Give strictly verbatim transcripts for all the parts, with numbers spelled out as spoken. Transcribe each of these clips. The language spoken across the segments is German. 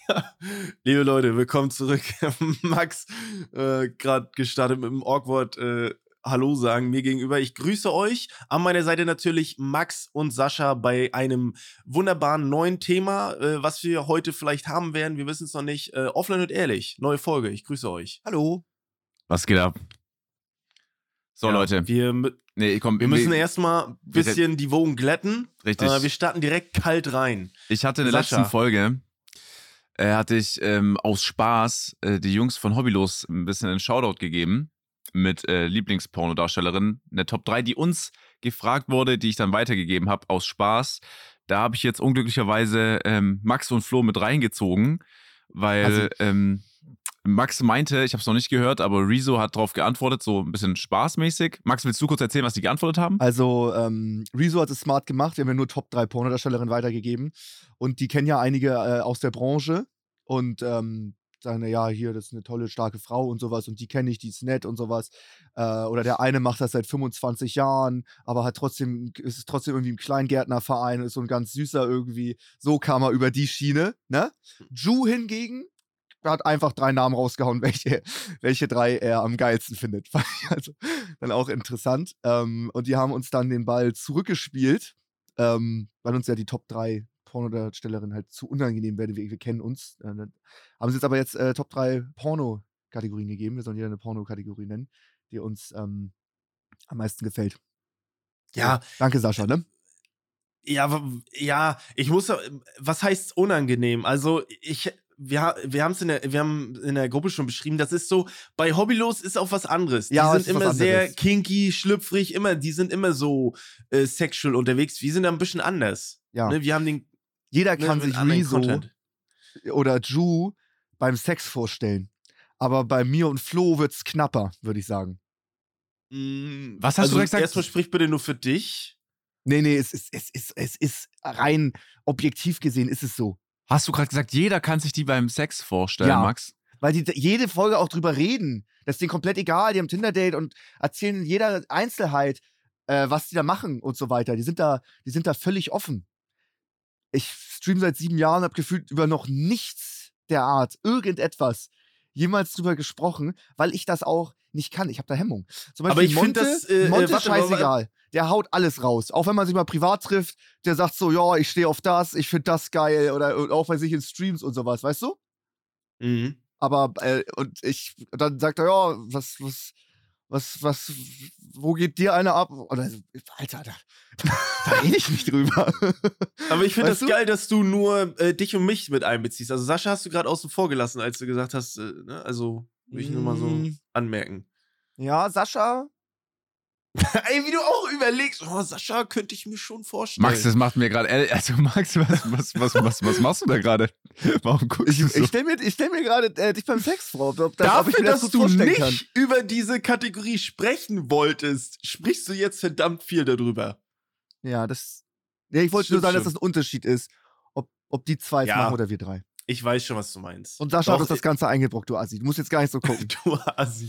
Liebe Leute, willkommen zurück. Max, äh, gerade gestartet mit dem Awkward äh, Hallo sagen mir gegenüber. Ich grüße euch. An meiner Seite natürlich Max und Sascha bei einem wunderbaren neuen Thema, äh, was wir heute vielleicht haben werden. Wir wissen es noch nicht. Äh, offline und ehrlich, neue Folge. Ich grüße euch. Hallo. Was geht ab? So, ja, Leute. Wir, nee, komm, wir müssen erstmal ein bisschen die Wogen glätten. Richtig. Äh, wir starten direkt kalt rein. Ich hatte in der Sascha. letzten Folge, äh, hatte ich ähm, aus Spaß äh, die Jungs von Hobbylos ein bisschen einen Shoutout gegeben mit äh, Lieblingspornodarstellerinnen. Eine Top drei, die uns gefragt wurde, die ich dann weitergegeben habe aus Spaß. Da habe ich jetzt unglücklicherweise ähm, Max und Flo mit reingezogen, weil Also, ähm, Max meinte, ich habe es noch nicht gehört, aber Rezo hat darauf geantwortet, so ein bisschen spaßmäßig. Max, willst du kurz erzählen, was die geantwortet haben? Also, ähm, Rezo hat es smart gemacht. Wir haben ja nur Top drei Pornodarstellerinnen weitergegeben. Und die kennen ja einige äh, aus der Branche. Und ähm, sagen, ja, hier, das ist eine tolle, starke Frau und sowas. Und die kenne ich, die ist nett und sowas. Äh, oder der eine macht das seit fünfundzwanzig Jahren, aber hat trotzdem, ist trotzdem irgendwie im Kleingärtnerverein, ist so ein ganz süßer irgendwie. So kam er über die Schiene, ne? Ju hingegen hat einfach drei Namen rausgehauen, welche, welche drei er am geilsten findet. Fand ich also dann auch interessant. Ähm, und die haben uns dann den Ball zurückgespielt, ähm, weil uns ja die Top drei Pornodarstellerinnen halt zu unangenehm werden. Wir, wir kennen uns. Äh, dann haben sie jetzt aber jetzt äh, Top drei Porno-Kategorien gegeben. Wir sollen jeder eine Porno-Kategorie nennen, die uns ähm, am meisten gefällt. Ja. So, danke, Sascha, ne? Ja, w- ja, ich muss, was heißt unangenehm? Also, ich, wir, wir haben es in der, wir haben in der Gruppe schon beschrieben, das ist so, bei Hobbylos ist auch was anderes. Die Ja, es sind ist was immer sehr anderes. kinky, schlüpfrig, immer, die sind immer so äh, sexual unterwegs. Wir sind da ein bisschen anders. Ja. Ne? Wir haben den, Jeder ne, kann mit sich anderen Rezo Content. oder Ju beim Sex vorstellen. Aber bei mir und Flo wird's knapper, würde ich sagen. Mm, Was hast also du gesagt? Erstmal sprich bitte nur für dich. Nee, nee, es ist, es ist, es ist rein objektiv gesehen ist es so. Hast du gerade gesagt, jeder kann sich die beim Sex vorstellen, Ja. Max? Weil die d- jede Folge auch drüber reden. Das ist denen komplett egal. Die haben Tinder-Date und erzählen in jeder Einzelheit, äh, was die da machen und so weiter. Die sind da, die sind da völlig offen. Ich stream seit sieben Jahren, habe gefühlt über noch nichts der Art, irgendetwas, jemals drüber gesprochen, weil ich das auch nicht kann. Ich habe da Hemmung. Zum Aber Beispiel ich find Monte, das, äh, äh, Monte ist warte, wa- wa- scheißegal. Der haut alles raus. Auch wenn man sich mal privat trifft, der sagt so, ja, ich stehe auf das, ich finde das geil. Oder und auch bei sich in Streams und sowas, weißt du? Mhm. Aber, äh, und ich, dann sagt er, ja, was, was, was, was, wo geht dir eine ab? Oder, Alter, da, da rede ich nicht drüber. Aber ich finde das Weißt du? geil, dass du nur äh, dich und mich mit einbeziehst. Also Sascha hast du gerade außen vor gelassen, als du gesagt hast, äh, ne? Also will ich nur mal so Mm. anmerken. Ja, Sascha. Ey, wie du auch überlegst, oh, Sascha könnte ich mir schon vorstellen. Max, das macht mir gerade, also Max, was, was, was, was, was machst du da gerade? Warum guckst Ich, du so? ich stelle mir, ich stell mir gerade äh, dich beim Sex vor, ob, ob, das, ob Dafür, ich mir das dass gut du vorstellen nicht kann. über diese Kategorie sprechen wolltest, sprichst du jetzt verdammt viel darüber. Ja, das. Ja, ich wollte nur Stimmt sagen, dass schon. das ein Unterschied ist, ob, ob die zwei es Ja. machen oder wir drei. Ich weiß schon, was du meinst. Und Sascha hat Doch, uns das Ganze eingebrockt, du Assi. Du musst jetzt gar nicht so gucken. Du Assi.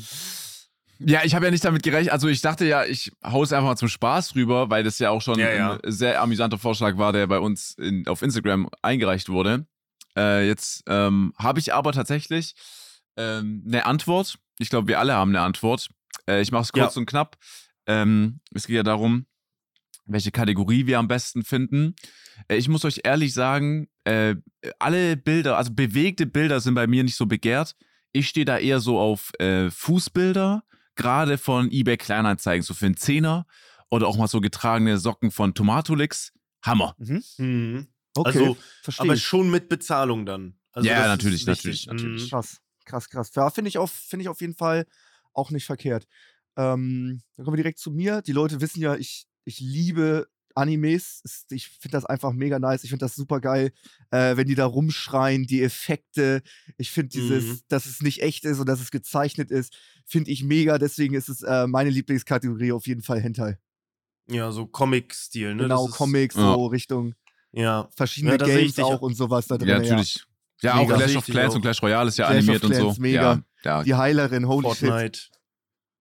Ja, ich habe ja nicht damit gerechnet, also ich dachte ja, ich hau es einfach mal zum Spaß rüber, weil das ja auch schon Ja, ja. ein sehr amüsanter Vorschlag war, der bei uns in, auf Instagram eingereicht wurde. Äh, jetzt ähm, habe ich aber tatsächlich ähm, eine Antwort. Ich glaube, wir alle haben eine Antwort. Äh, ich mache es kurz Ja. und knapp. Ähm, es geht ja darum, welche Kategorie wir am besten finden. Äh, ich muss euch ehrlich sagen, äh, alle Bilder, also bewegte Bilder sind bei mir nicht so begehrt. Ich stehe da eher so auf äh, Fußbilder, gerade von eBay Kleinanzeigen, so für einen Zehner oder auch mal so getragene Socken von Tomatolix. Hammer. Mhm. Mhm. Okay, Also, verstehe aber ich. schon mit Bezahlung dann. Also Ja, das ist natürlich, wichtig. natürlich, natürlich. Mhm. Krass, krass, krass. Ja, finde ich, auf- find ich auf jeden Fall auch nicht verkehrt. Ähm, dann kommen wir direkt zu mir. Die Leute wissen ja, ich, ich liebe Animes. Es- Ich finde das einfach mega nice. Ich finde das super geil, äh, wenn die da rumschreien, die Effekte. Ich finde dieses, Mhm. dass es nicht echt ist und dass es gezeichnet ist, finde ich mega. Deswegen ist es äh, meine Lieblingskategorie auf jeden Fall Hentai. Ja, so Comic-Stil, ne? Genau, Das ist, Comics, ja. so Richtung Ja. verschiedene Ja, da sehe ich Games dich auch und sowas da drin. Ja, natürlich. Ja, Mega. auch Clash Sehe of ich dich Clans auch. und Clash Royale ist ja Clash of animiert und Clans, so. mega. Ja, ja. Die Heilerin, holy shit. Fortnite.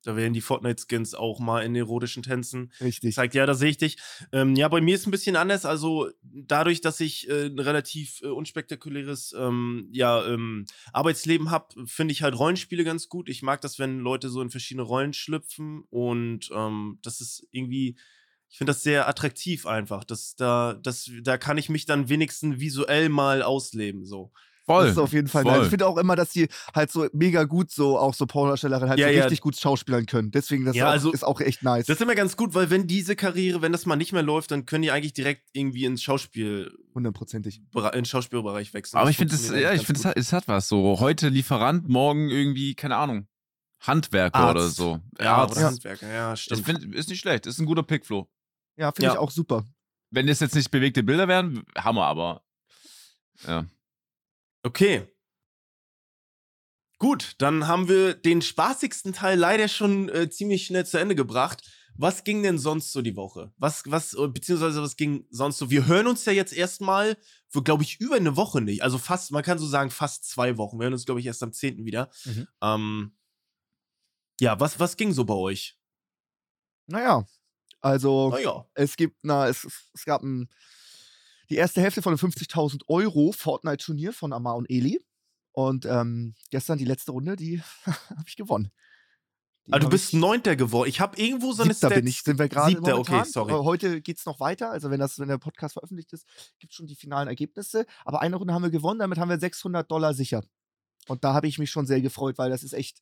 Da werden die Fortnite-Skins auch mal in erotischen Tänzen. Richtig. Zeigt, ja, da sehe ich dich. Ähm, ja, bei mir ist es ein bisschen anders. Also dadurch, dass ich äh, ein relativ äh, unspektakuläres ähm, ja, ähm, Arbeitsleben habe, finde ich halt Rollenspiele ganz gut. Ich mag das, wenn Leute so in verschiedene Rollen schlüpfen. Und ähm, das ist irgendwie, ich finde das sehr attraktiv einfach. Das, da, das, da kann ich mich dann wenigstens visuell mal ausleben. So. Voll. Das ist auf jeden Fall voll. nice. Ich finde auch immer, dass die halt so mega gut so, auch so Pornodarstellerinnen halt Ja, so ja. richtig gut schauspielern können. Deswegen, das Ja, ist, auch, also- ist auch echt nice. Das ist immer ganz gut, weil wenn diese Karriere, wenn das mal nicht mehr läuft, dann können die eigentlich direkt irgendwie ins Schauspiel, Hundertprozentig. in den Schauspielbereich wechseln. Aber Das ich finde, es funktioniert ja, eigentlich ich finde, ganz es hat, es hat was. So heute Lieferant, morgen irgendwie, keine Ahnung, Handwerker Arzt. oder so. gut. Ja, Arzt. oder Ja. Handwerker, ja, Ich stimmt. finde, ist nicht schlecht. Ist ein guter Pick, Flo. Ja, finde Ja. ich auch super. Wenn es jetzt nicht bewegte Bilder wären, Hammer, aber ja. Okay. Gut, dann haben wir den spaßigsten Teil leider schon äh, ziemlich schnell zu Ende gebracht. Was ging denn sonst so die Woche? Was, was, äh, beziehungsweise was ging sonst so? Wir hören uns ja jetzt erstmal für, glaube ich, über eine Woche nicht. Also fast, man kann so sagen, fast zwei Wochen. Wir hören uns, glaube ich, erst am zehnten wieder. Mhm. Ähm, ja, was, was ging so bei euch? Naja, also Naja. es gibt, na, es, es gab ein, die erste Hälfte von einem fünfzigtausend Euro Fortnite-Turnier von Amar und Eli. Und ähm, gestern die letzte Runde, die habe ich gewonnen. Die Ah, du hab bist ich- Neunter geworden. Ich habe irgendwo so eine Siebter bin ich, sind wir gerade Siebter, momentan. okay, sorry. Äh, Heute geht's noch weiter, also wenn, das, wenn der Podcast veröffentlicht ist, gibt es schon die finalen Ergebnisse. Aber eine Runde haben wir gewonnen, damit haben wir sechshundert Dollar sicher. Und da habe ich mich schon sehr gefreut, weil das ist echt,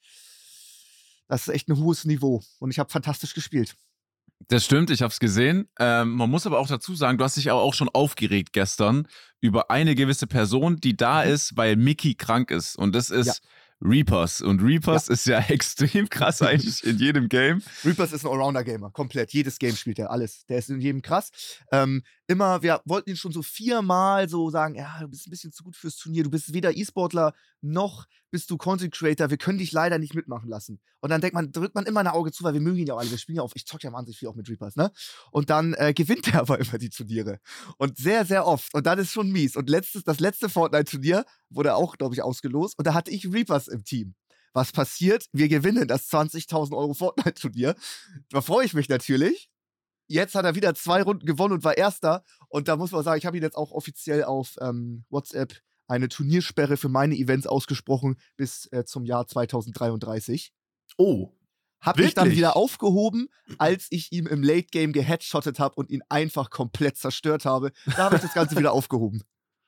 das ist echt ein hohes Niveau. Und ich habe fantastisch gespielt. Das stimmt, ich habe es gesehen. Ähm, man muss aber auch dazu sagen, du hast dich aber auch schon aufgeregt gestern über eine gewisse Person, die da ist, weil Mickey krank ist. Und das ist Ja. Reapers. Und Reapers ist ja extrem krass eigentlich in jedem Game. Reapers ist ein Allrounder-Gamer, komplett. Jedes Game spielt er, alles. Der ist in jedem krass. Ähm, immer, wir wollten ihn schon so viermal so sagen, ja, du bist ein bisschen zu gut fürs Turnier, du bist weder E-Sportler noch bist du Content Creator, wir können dich leider nicht mitmachen lassen. Und dann denkt man, drückt man immer ein Auge zu, weil wir mögen ihn ja auch alle, wir spielen ja auf, ich zocke ja wahnsinnig viel auch mit Reapers, ne? Und dann äh, gewinnt er aber immer die Turniere. Und sehr, sehr oft. Und dann ist schon mies. Und letztes, das letzte Fortnite-Turnier wurde auch, glaube ich, ausgelost. Und da hatte ich Reapers im Team. Was passiert? Wir gewinnen das zwanzigtausend Euro Fortnite-Turnier. Da freue ich mich natürlich. Jetzt hat er wieder zwei Runden gewonnen und war Erster. Und da muss man sagen, ich habe ihn jetzt auch offiziell auf ähm, WhatsApp eine Turniersperre für meine Events ausgesprochen bis äh, zum Jahr zweitausenddreiunddreißig. Oh. Hab ich dann Wirklich? wieder aufgehoben, als ich ihm im Late Game geheadshottet habe und ihn einfach komplett zerstört habe. Da habe ich das Ganze wieder aufgehoben.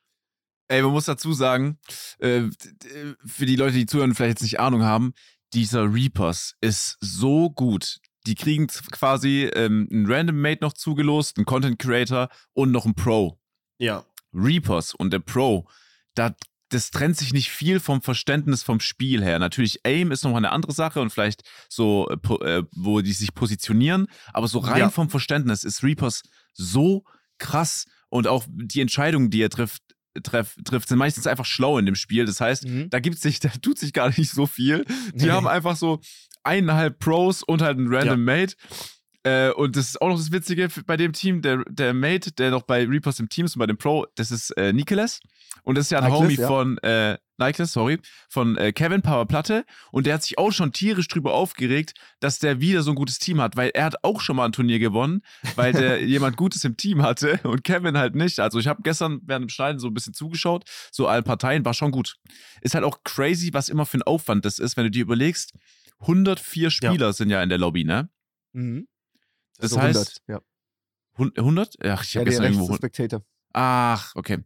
Ey, man muss dazu sagen, äh, d- d- für die Leute, die zuhören und vielleicht jetzt nicht Ahnung haben, dieser Reapers ist so gut. Die kriegen z- quasi ähm, einen Random Mate noch zugelost, einen Content Creator und noch einen Pro. Ja. Reapers und der Pro, da, das trennt sich nicht viel vom Verständnis vom Spiel her. Natürlich, Aim ist nochmal eine andere Sache und vielleicht so, äh, po- äh, wo die sich positionieren, aber so rein Ja. vom Verständnis ist Reapers so krass und auch die Entscheidungen, die er trifft, treff, trifft, sind meistens einfach schlau in dem Spiel. Das heißt, Mhm. da gibt's sich, da tut sich gar nicht so viel. Die Nee. haben einfach so eineinhalb Pros und halt einen Random Mate. Äh, und das ist auch noch das Witzige f- bei dem Team, der, der Mate, der noch bei Reapers im Team ist und bei dem Pro, das ist äh, Nicholas. Und das ist ja ein Nicholas, Homie ja. von äh, Nicholas, sorry, von äh, Kevin Power Platte. Und der hat sich auch schon tierisch drüber aufgeregt, dass der wieder so ein gutes Team hat, weil er hat auch schon mal ein Turnier gewonnen, weil der jemand Gutes im Team hatte und Kevin halt nicht. Also ich habe gestern während dem Schneiden so ein bisschen zugeschaut, so allen Parteien, war schon gut. Ist halt auch crazy, was immer für ein Aufwand das ist, wenn du dir überlegst, hundertvier Spieler sind ja in der Lobby, ne? Mhm. Das Also heißt, hundert, ja. hun- hundert? Ach, ich Ja, habe der gestern rechts irgendwo. ist Spectator. Ach, okay.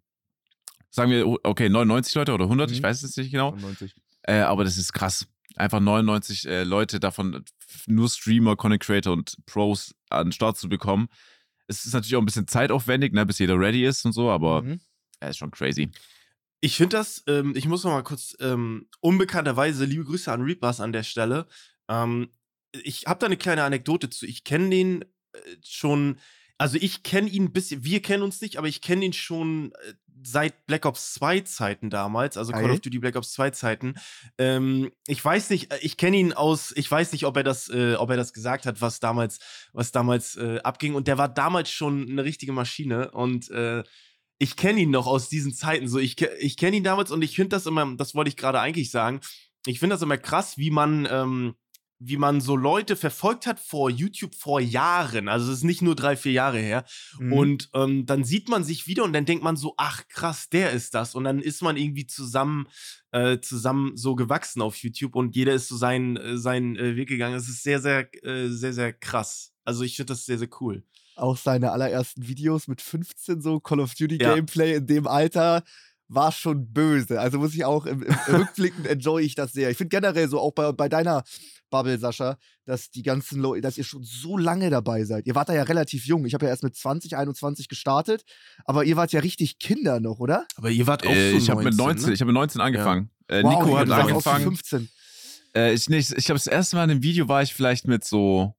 Sagen wir, okay, neunundneunzig Leute oder hundert, ich Mhm. weiß es nicht genau. neunundneunzig. Äh, aber das ist krass. Einfach neunundneunzig äh, Leute, davon nur Streamer, Content Creator und Pros an den Start zu bekommen. Es ist natürlich auch ein bisschen zeitaufwendig, ne, bis jeder ready ist und so, aber Mhm. er ist schon crazy. Ich finde das, ähm, ich muss noch mal kurz, ähm, unbekannterweise, liebe Grüße an Reapers an der Stelle. Ähm, ich habe da eine kleine Anekdote zu. Ich kenne den äh, schon, also ich kenne ihn ein bisschen, wir kennen uns nicht, aber ich kenne ihn schon äh, seit Black Ops zwei Zeiten damals, also Call Geil. of Duty Black Ops zwei Zeiten. Ähm, ich weiß nicht, äh, ich kenne ihn aus, ich weiß nicht, ob er das, äh, ob er das gesagt hat, was damals, was damals äh, abging. Und der war damals schon eine richtige Maschine und äh, ich kenne ihn noch aus diesen Zeiten. So, ich, ke- ich kenne ihn damals und ich finde das immer, das wollte ich gerade eigentlich sagen, ich finde das immer krass, wie man, ähm, wie man so Leute verfolgt hat vor YouTube vor Jahren. Also es ist nicht nur drei, vier Jahre her. Mhm. Und ähm, dann sieht man sich wieder und dann denkt man so, ach krass, der ist das. Und dann ist man irgendwie zusammen, äh, zusammen so gewachsen auf YouTube und jeder ist so seinen, äh, seinen äh, Weg gegangen. Es ist sehr, sehr, äh, sehr, sehr krass. Also ich finde das sehr, sehr cool. Auch seine allerersten Videos mit fünfzehn, so Call of Duty Ja. Gameplay in dem Alter, war schon böse. Also muss ich auch, im, im rückblickend enjoy ich das sehr. Ich finde generell so, auch bei, bei deiner Bubble, Sascha, dass die ganzen Leute, dass ihr schon so lange dabei seid. Ihr wart da ja relativ jung. Ich habe ja erst mit zwanzig, einundzwanzig gestartet, aber ihr wart ja richtig Kinder noch, oder? Aber ihr wart auch Äh, so ich habe mit neunzehn, ne? ich habe mit neunzehn angefangen. Äh, Wow, Nico Digga, hat du sahst aus wie angefangen. fünfzehn. Äh, ich nicht. Ich glaube, das erste Mal in einem Video war ich vielleicht mit so.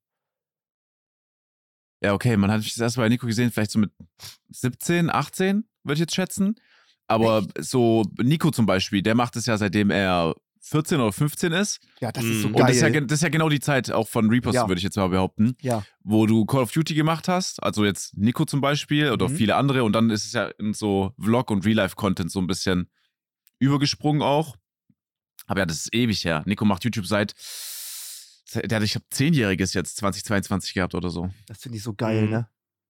Ja, okay, man hat mich das erste Mal bei Nico gesehen, vielleicht so mit siebzehn, achtzehn, würde ich jetzt schätzen. Aber so Nico zum Beispiel, der macht es ja seitdem er vierzehn oder fünfzehn ist. Ja, das ist so Mm. geil. Und das ist, ja, gen- das ist ja genau die Zeit auch von Repost, Ja. würde ich jetzt mal behaupten, ja. wo du Call of Duty gemacht hast. Also jetzt Nico zum Beispiel oder Mhm. viele andere. Und dann ist es ja in so Vlog- und Real-Life-Content so ein bisschen übergesprungen auch. Aber ja, das ist ewig her. Nico macht YouTube seit, der hat, ich glaube, zehnjähriges jetzt zwanzig zweiundzwanzig gehabt oder so. Das finde ich so geil, Mhm. ne?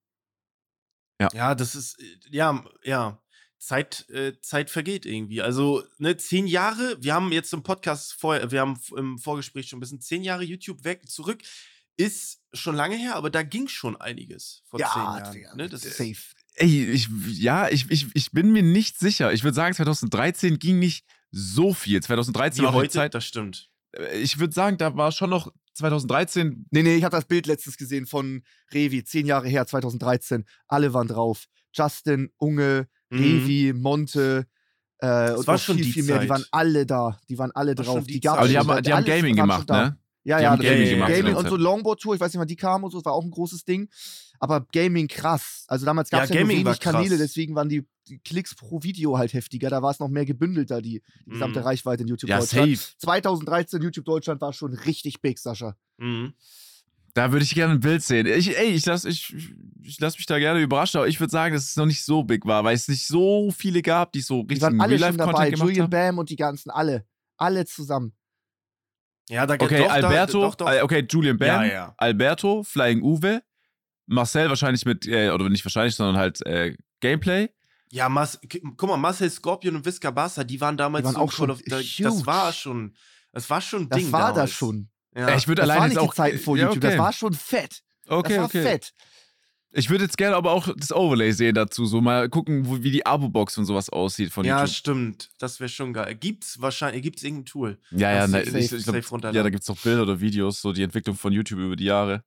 Ja, das ist, äh, ja, ja. Zeit, äh, Zeit vergeht irgendwie. Also, ne, zehn Jahre, wir haben jetzt im Podcast vorher, wir haben f- im Vorgespräch schon ein bisschen zehn Jahre YouTube weg, zurück, ist schon lange her, aber da ging schon einiges vor zehn Jahren. Digga, Ne? Das ist, safe. Ey, ich, ja, ich, ich, ich bin mir nicht sicher. Ich würde sagen, zwanzig dreizehn ging nicht so viel. zwanzig dreizehn wie war auch die heute, Zeit. das stimmt. äh, Ich würde sagen, da war schon noch zwanzig dreizehn. Nee, nee, ich habe das Bild letztens gesehen von Revi, zehn Jahre her, zwanzig dreizehn. Alle waren drauf. Justin, Unge, Mhm. Revi, Monte äh, und war noch schon viel, die viel mehr. Die Zeit. waren alle da. Die waren alle War schon drauf. die Die gab's Zeit. Aber die schon, haben, die haben alles Gaming waren gemacht, schon da. ne? Ja, Die ja, haben das- Gaming gemacht Gaming zu und der so Zeit. Longboard-Tour, ich weiß nicht, wann die kamen und so, das war auch ein großes Ding. Aber Gaming krass. Also damals gab es Ja, ja, nur Gaming war wenig Kanäle, krass. deswegen waren die, die Klicks pro Video halt heftiger. Da war es noch mehr gebündelter, die, die gesamte Mhm. Reichweite in YouTube Ja, Deutschland. safe. zwanzig dreizehn YouTube Deutschland war schon richtig big, Sascha. Mhm. Da würde ich gerne ein Bild sehen. Ich, ey, ich lasse ich, ich lass mich da gerne überraschen, aber ich würde sagen, dass es noch nicht so big war, weil es nicht so viele gab, die so Die richtig waren alle schon dabei. Real-Life-Content gemacht Julian haben. Bam und die ganzen, alle. Alle zusammen. Ja, da Okay, doch, da- Alberto, doch, doch. äh, okay, Julian Bam, Ja, ja. Alberto, Flying Uwe, Marcel wahrscheinlich mit, äh, oder nicht wahrscheinlich, sondern halt äh, Gameplay. Ja, Mas, k- guck mal, Marcel Scorpion und Visca Barca, die waren damals Die waren so im auch schon Call of- da, huge. das war schon, das war schon ein Das Ding war damals. das schon. Ja. Äh, ich würde Das allein war jetzt nicht auch die Zeiten vor ja, YouTube. okay. Das war schon fett. Okay, das war okay. fett. Ich würde jetzt gerne aber auch das Overlay sehen dazu, so mal gucken, wo, wie die Abo-Box und sowas aussieht von Ja, YouTube. stimmt. Das wäre schon geil. Gibt's wahrscheinlich, gibt's irgendein Tool? Ja, ja, Das ne, safe, ich, safe, ich glaub, safe runterladen. ja, da gibt es auch Bilder oder Videos, so die Entwicklung von YouTube über die Jahre.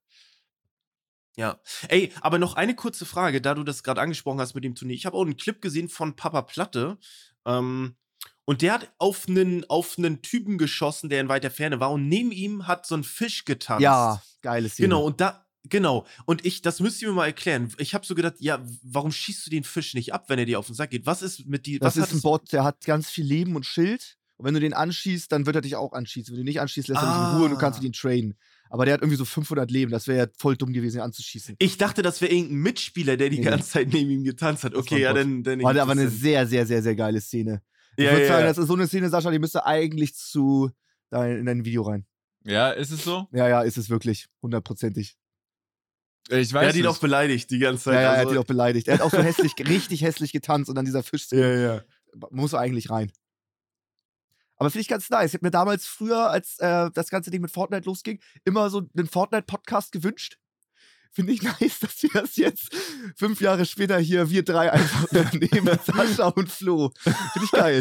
Ja. Ey, aber noch eine kurze Frage, da du das gerade angesprochen hast mit dem Turnier. Ich habe auch einen Clip gesehen von Papa Platte. Ähm, und der hat auf einen, auf einen Typen geschossen, der in weiter Ferne war. Und neben ihm hat so ein Fisch getanzt. Ja, geiles Szene. Genau, und da, genau. Und ich, das müsst ihr mir mal erklären. Ich habe so gedacht, ja, warum schießt du den Fisch nicht ab, wenn er dir auf den Sack geht? Was ist mit die, Das was ist ein Bot, der hat ganz viel Leben und Schild. Und wenn du den anschießt, dann wird er dich auch anschießen. Wenn du ihn nicht anschießt, lässt er dich in Ruhe und du kannst Ah. ihn trainen. Aber der hat irgendwie so fünfhundert Leben. Das wäre ja voll dumm gewesen, ihn anzuschießen. Ich dachte, das wäre irgendein Mitspieler, der die Nee. ganze Zeit neben ihm getanzt hat. Das Okay, war ja, ein Bot. dann. dann War ergibt aber das eine Sinn. sehr, sehr, sehr, sehr geile Szene. Ich Ja, würde ja, sagen, ja. das ist so eine Szene, Sascha, die müsste eigentlich zu dein, in dein Video rein. Ja, ist es so? Ja, ja, ist es wirklich. Hundertprozentig. Ich Er weiß hat ihn nicht. auch beleidigt die ganze Zeit. Ja, ja, er hat also, ihn auch beleidigt. Er hat auch so hässlich, richtig hässlich getanzt und dann dieser Fisch ja, ja. muss eigentlich rein. Aber finde ich ganz nice. Ich habe mir damals früher, als äh, das ganze Ding mit Fortnite losging, immer so einen Fortnite-Podcast gewünscht. Finde ich nice, dass wir das jetzt fünf Jahre später hier, wir drei einfach nehmen, Sascha und Flo. Finde ich geil.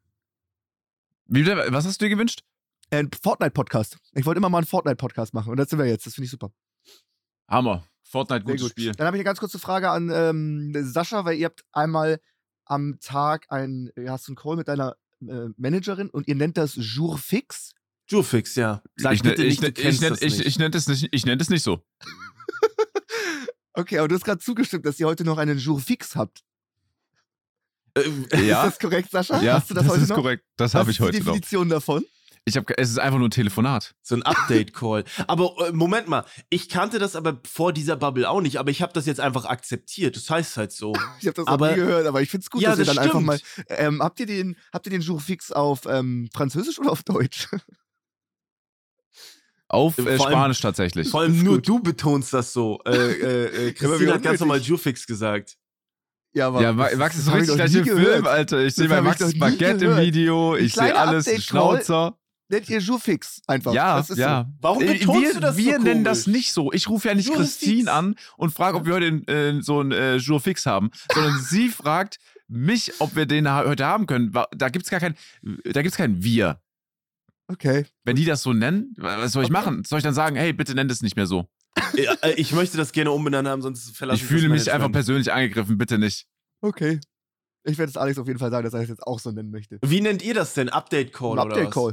Wie, bitte? Was hast du dir gewünscht? Ein Fortnite-Podcast. Ich wollte immer mal einen Fortnite-Podcast machen und das sind wir jetzt. Das finde ich super. Hammer. Fortnite, Sehr gutes gut. Spiel. Dann habe ich eine ganz kurze Frage an ähm, Sascha, weil ihr habt einmal am Tag ein, hast einen Call mit deiner äh, Managerin und ihr nennt das Jour fix. Jurfix, ja. Sag ich, bitte ne- nicht, ich, du ne- ich, kennst nenn- das ich, nicht. ich nenne das nicht, ich nenn das nicht so. Okay, aber du hast gerade zugestimmt, dass ihr heute noch einen Jour fix habt. Äh, Ja, Ist das korrekt, Sascha? ja, Hast du das, heute ist noch? korrekt. Das Was habe ist ich heute die noch. Definition davon? Ich hab, es ist einfach nur ein Telefonat. So ein Update-Call. Aber äh, Moment mal, ich kannte das aber vor dieser Bubble auch nicht, aber ich habe das jetzt einfach akzeptiert. Das heißt halt so. Ich habe das Aber- noch nie gehört, aber ich finde es gut, Ja, dass ihr das dann einfach mal. stimmt. Ähm, habt ihr den, habt ihr den Jour fix auf ähm, Französisch oder auf Deutsch? Auf Vor äh, allem- Spanisch tatsächlich. Vor allem Ist nur gut. du betonst das so. Äh, äh, äh, Ja, aber wie Christine hat ganz unnötig. normal Jurfix gesagt. Ja, aber Ja, das- Max das ist so hab ich richtig doch gleich nie im gehört. Film, Alter. Ich sehe Das bei hab ich Max doch nie Baguette im gehört. Video, Die ich sehe kleine alles, Update-Call. Schnauzer. Nennt ihr Joufix einfach. Ja, das ist ja. So. Warum Äh, betonst wir, du das Wir so nennen das komisch? nicht so. Ich rufe ja nicht Jurfix. Christine an und frage, ob wir heute äh, so einen äh, Jour fix haben, sondern sie fragt mich, ob wir den ha heute haben können. Wa- Da gibt's gar kein, da gibt's kein Wir. Okay. Wenn die das so nennen, was soll ich Okay. machen? Soll ich dann sagen, hey, bitte nenn das nicht mehr so? Ja, äh, ich möchte das gerne umbenannt haben, sonst verlasse Ich ich fühle das mich einfach Management. persönlich angegriffen, bitte nicht. Okay. Ich werde es Alex auf jeden Fall sagen, dass er es jetzt auch so nennen möchte. Wie nennt ihr das denn? Update-Call Ein oder was? Update-Call.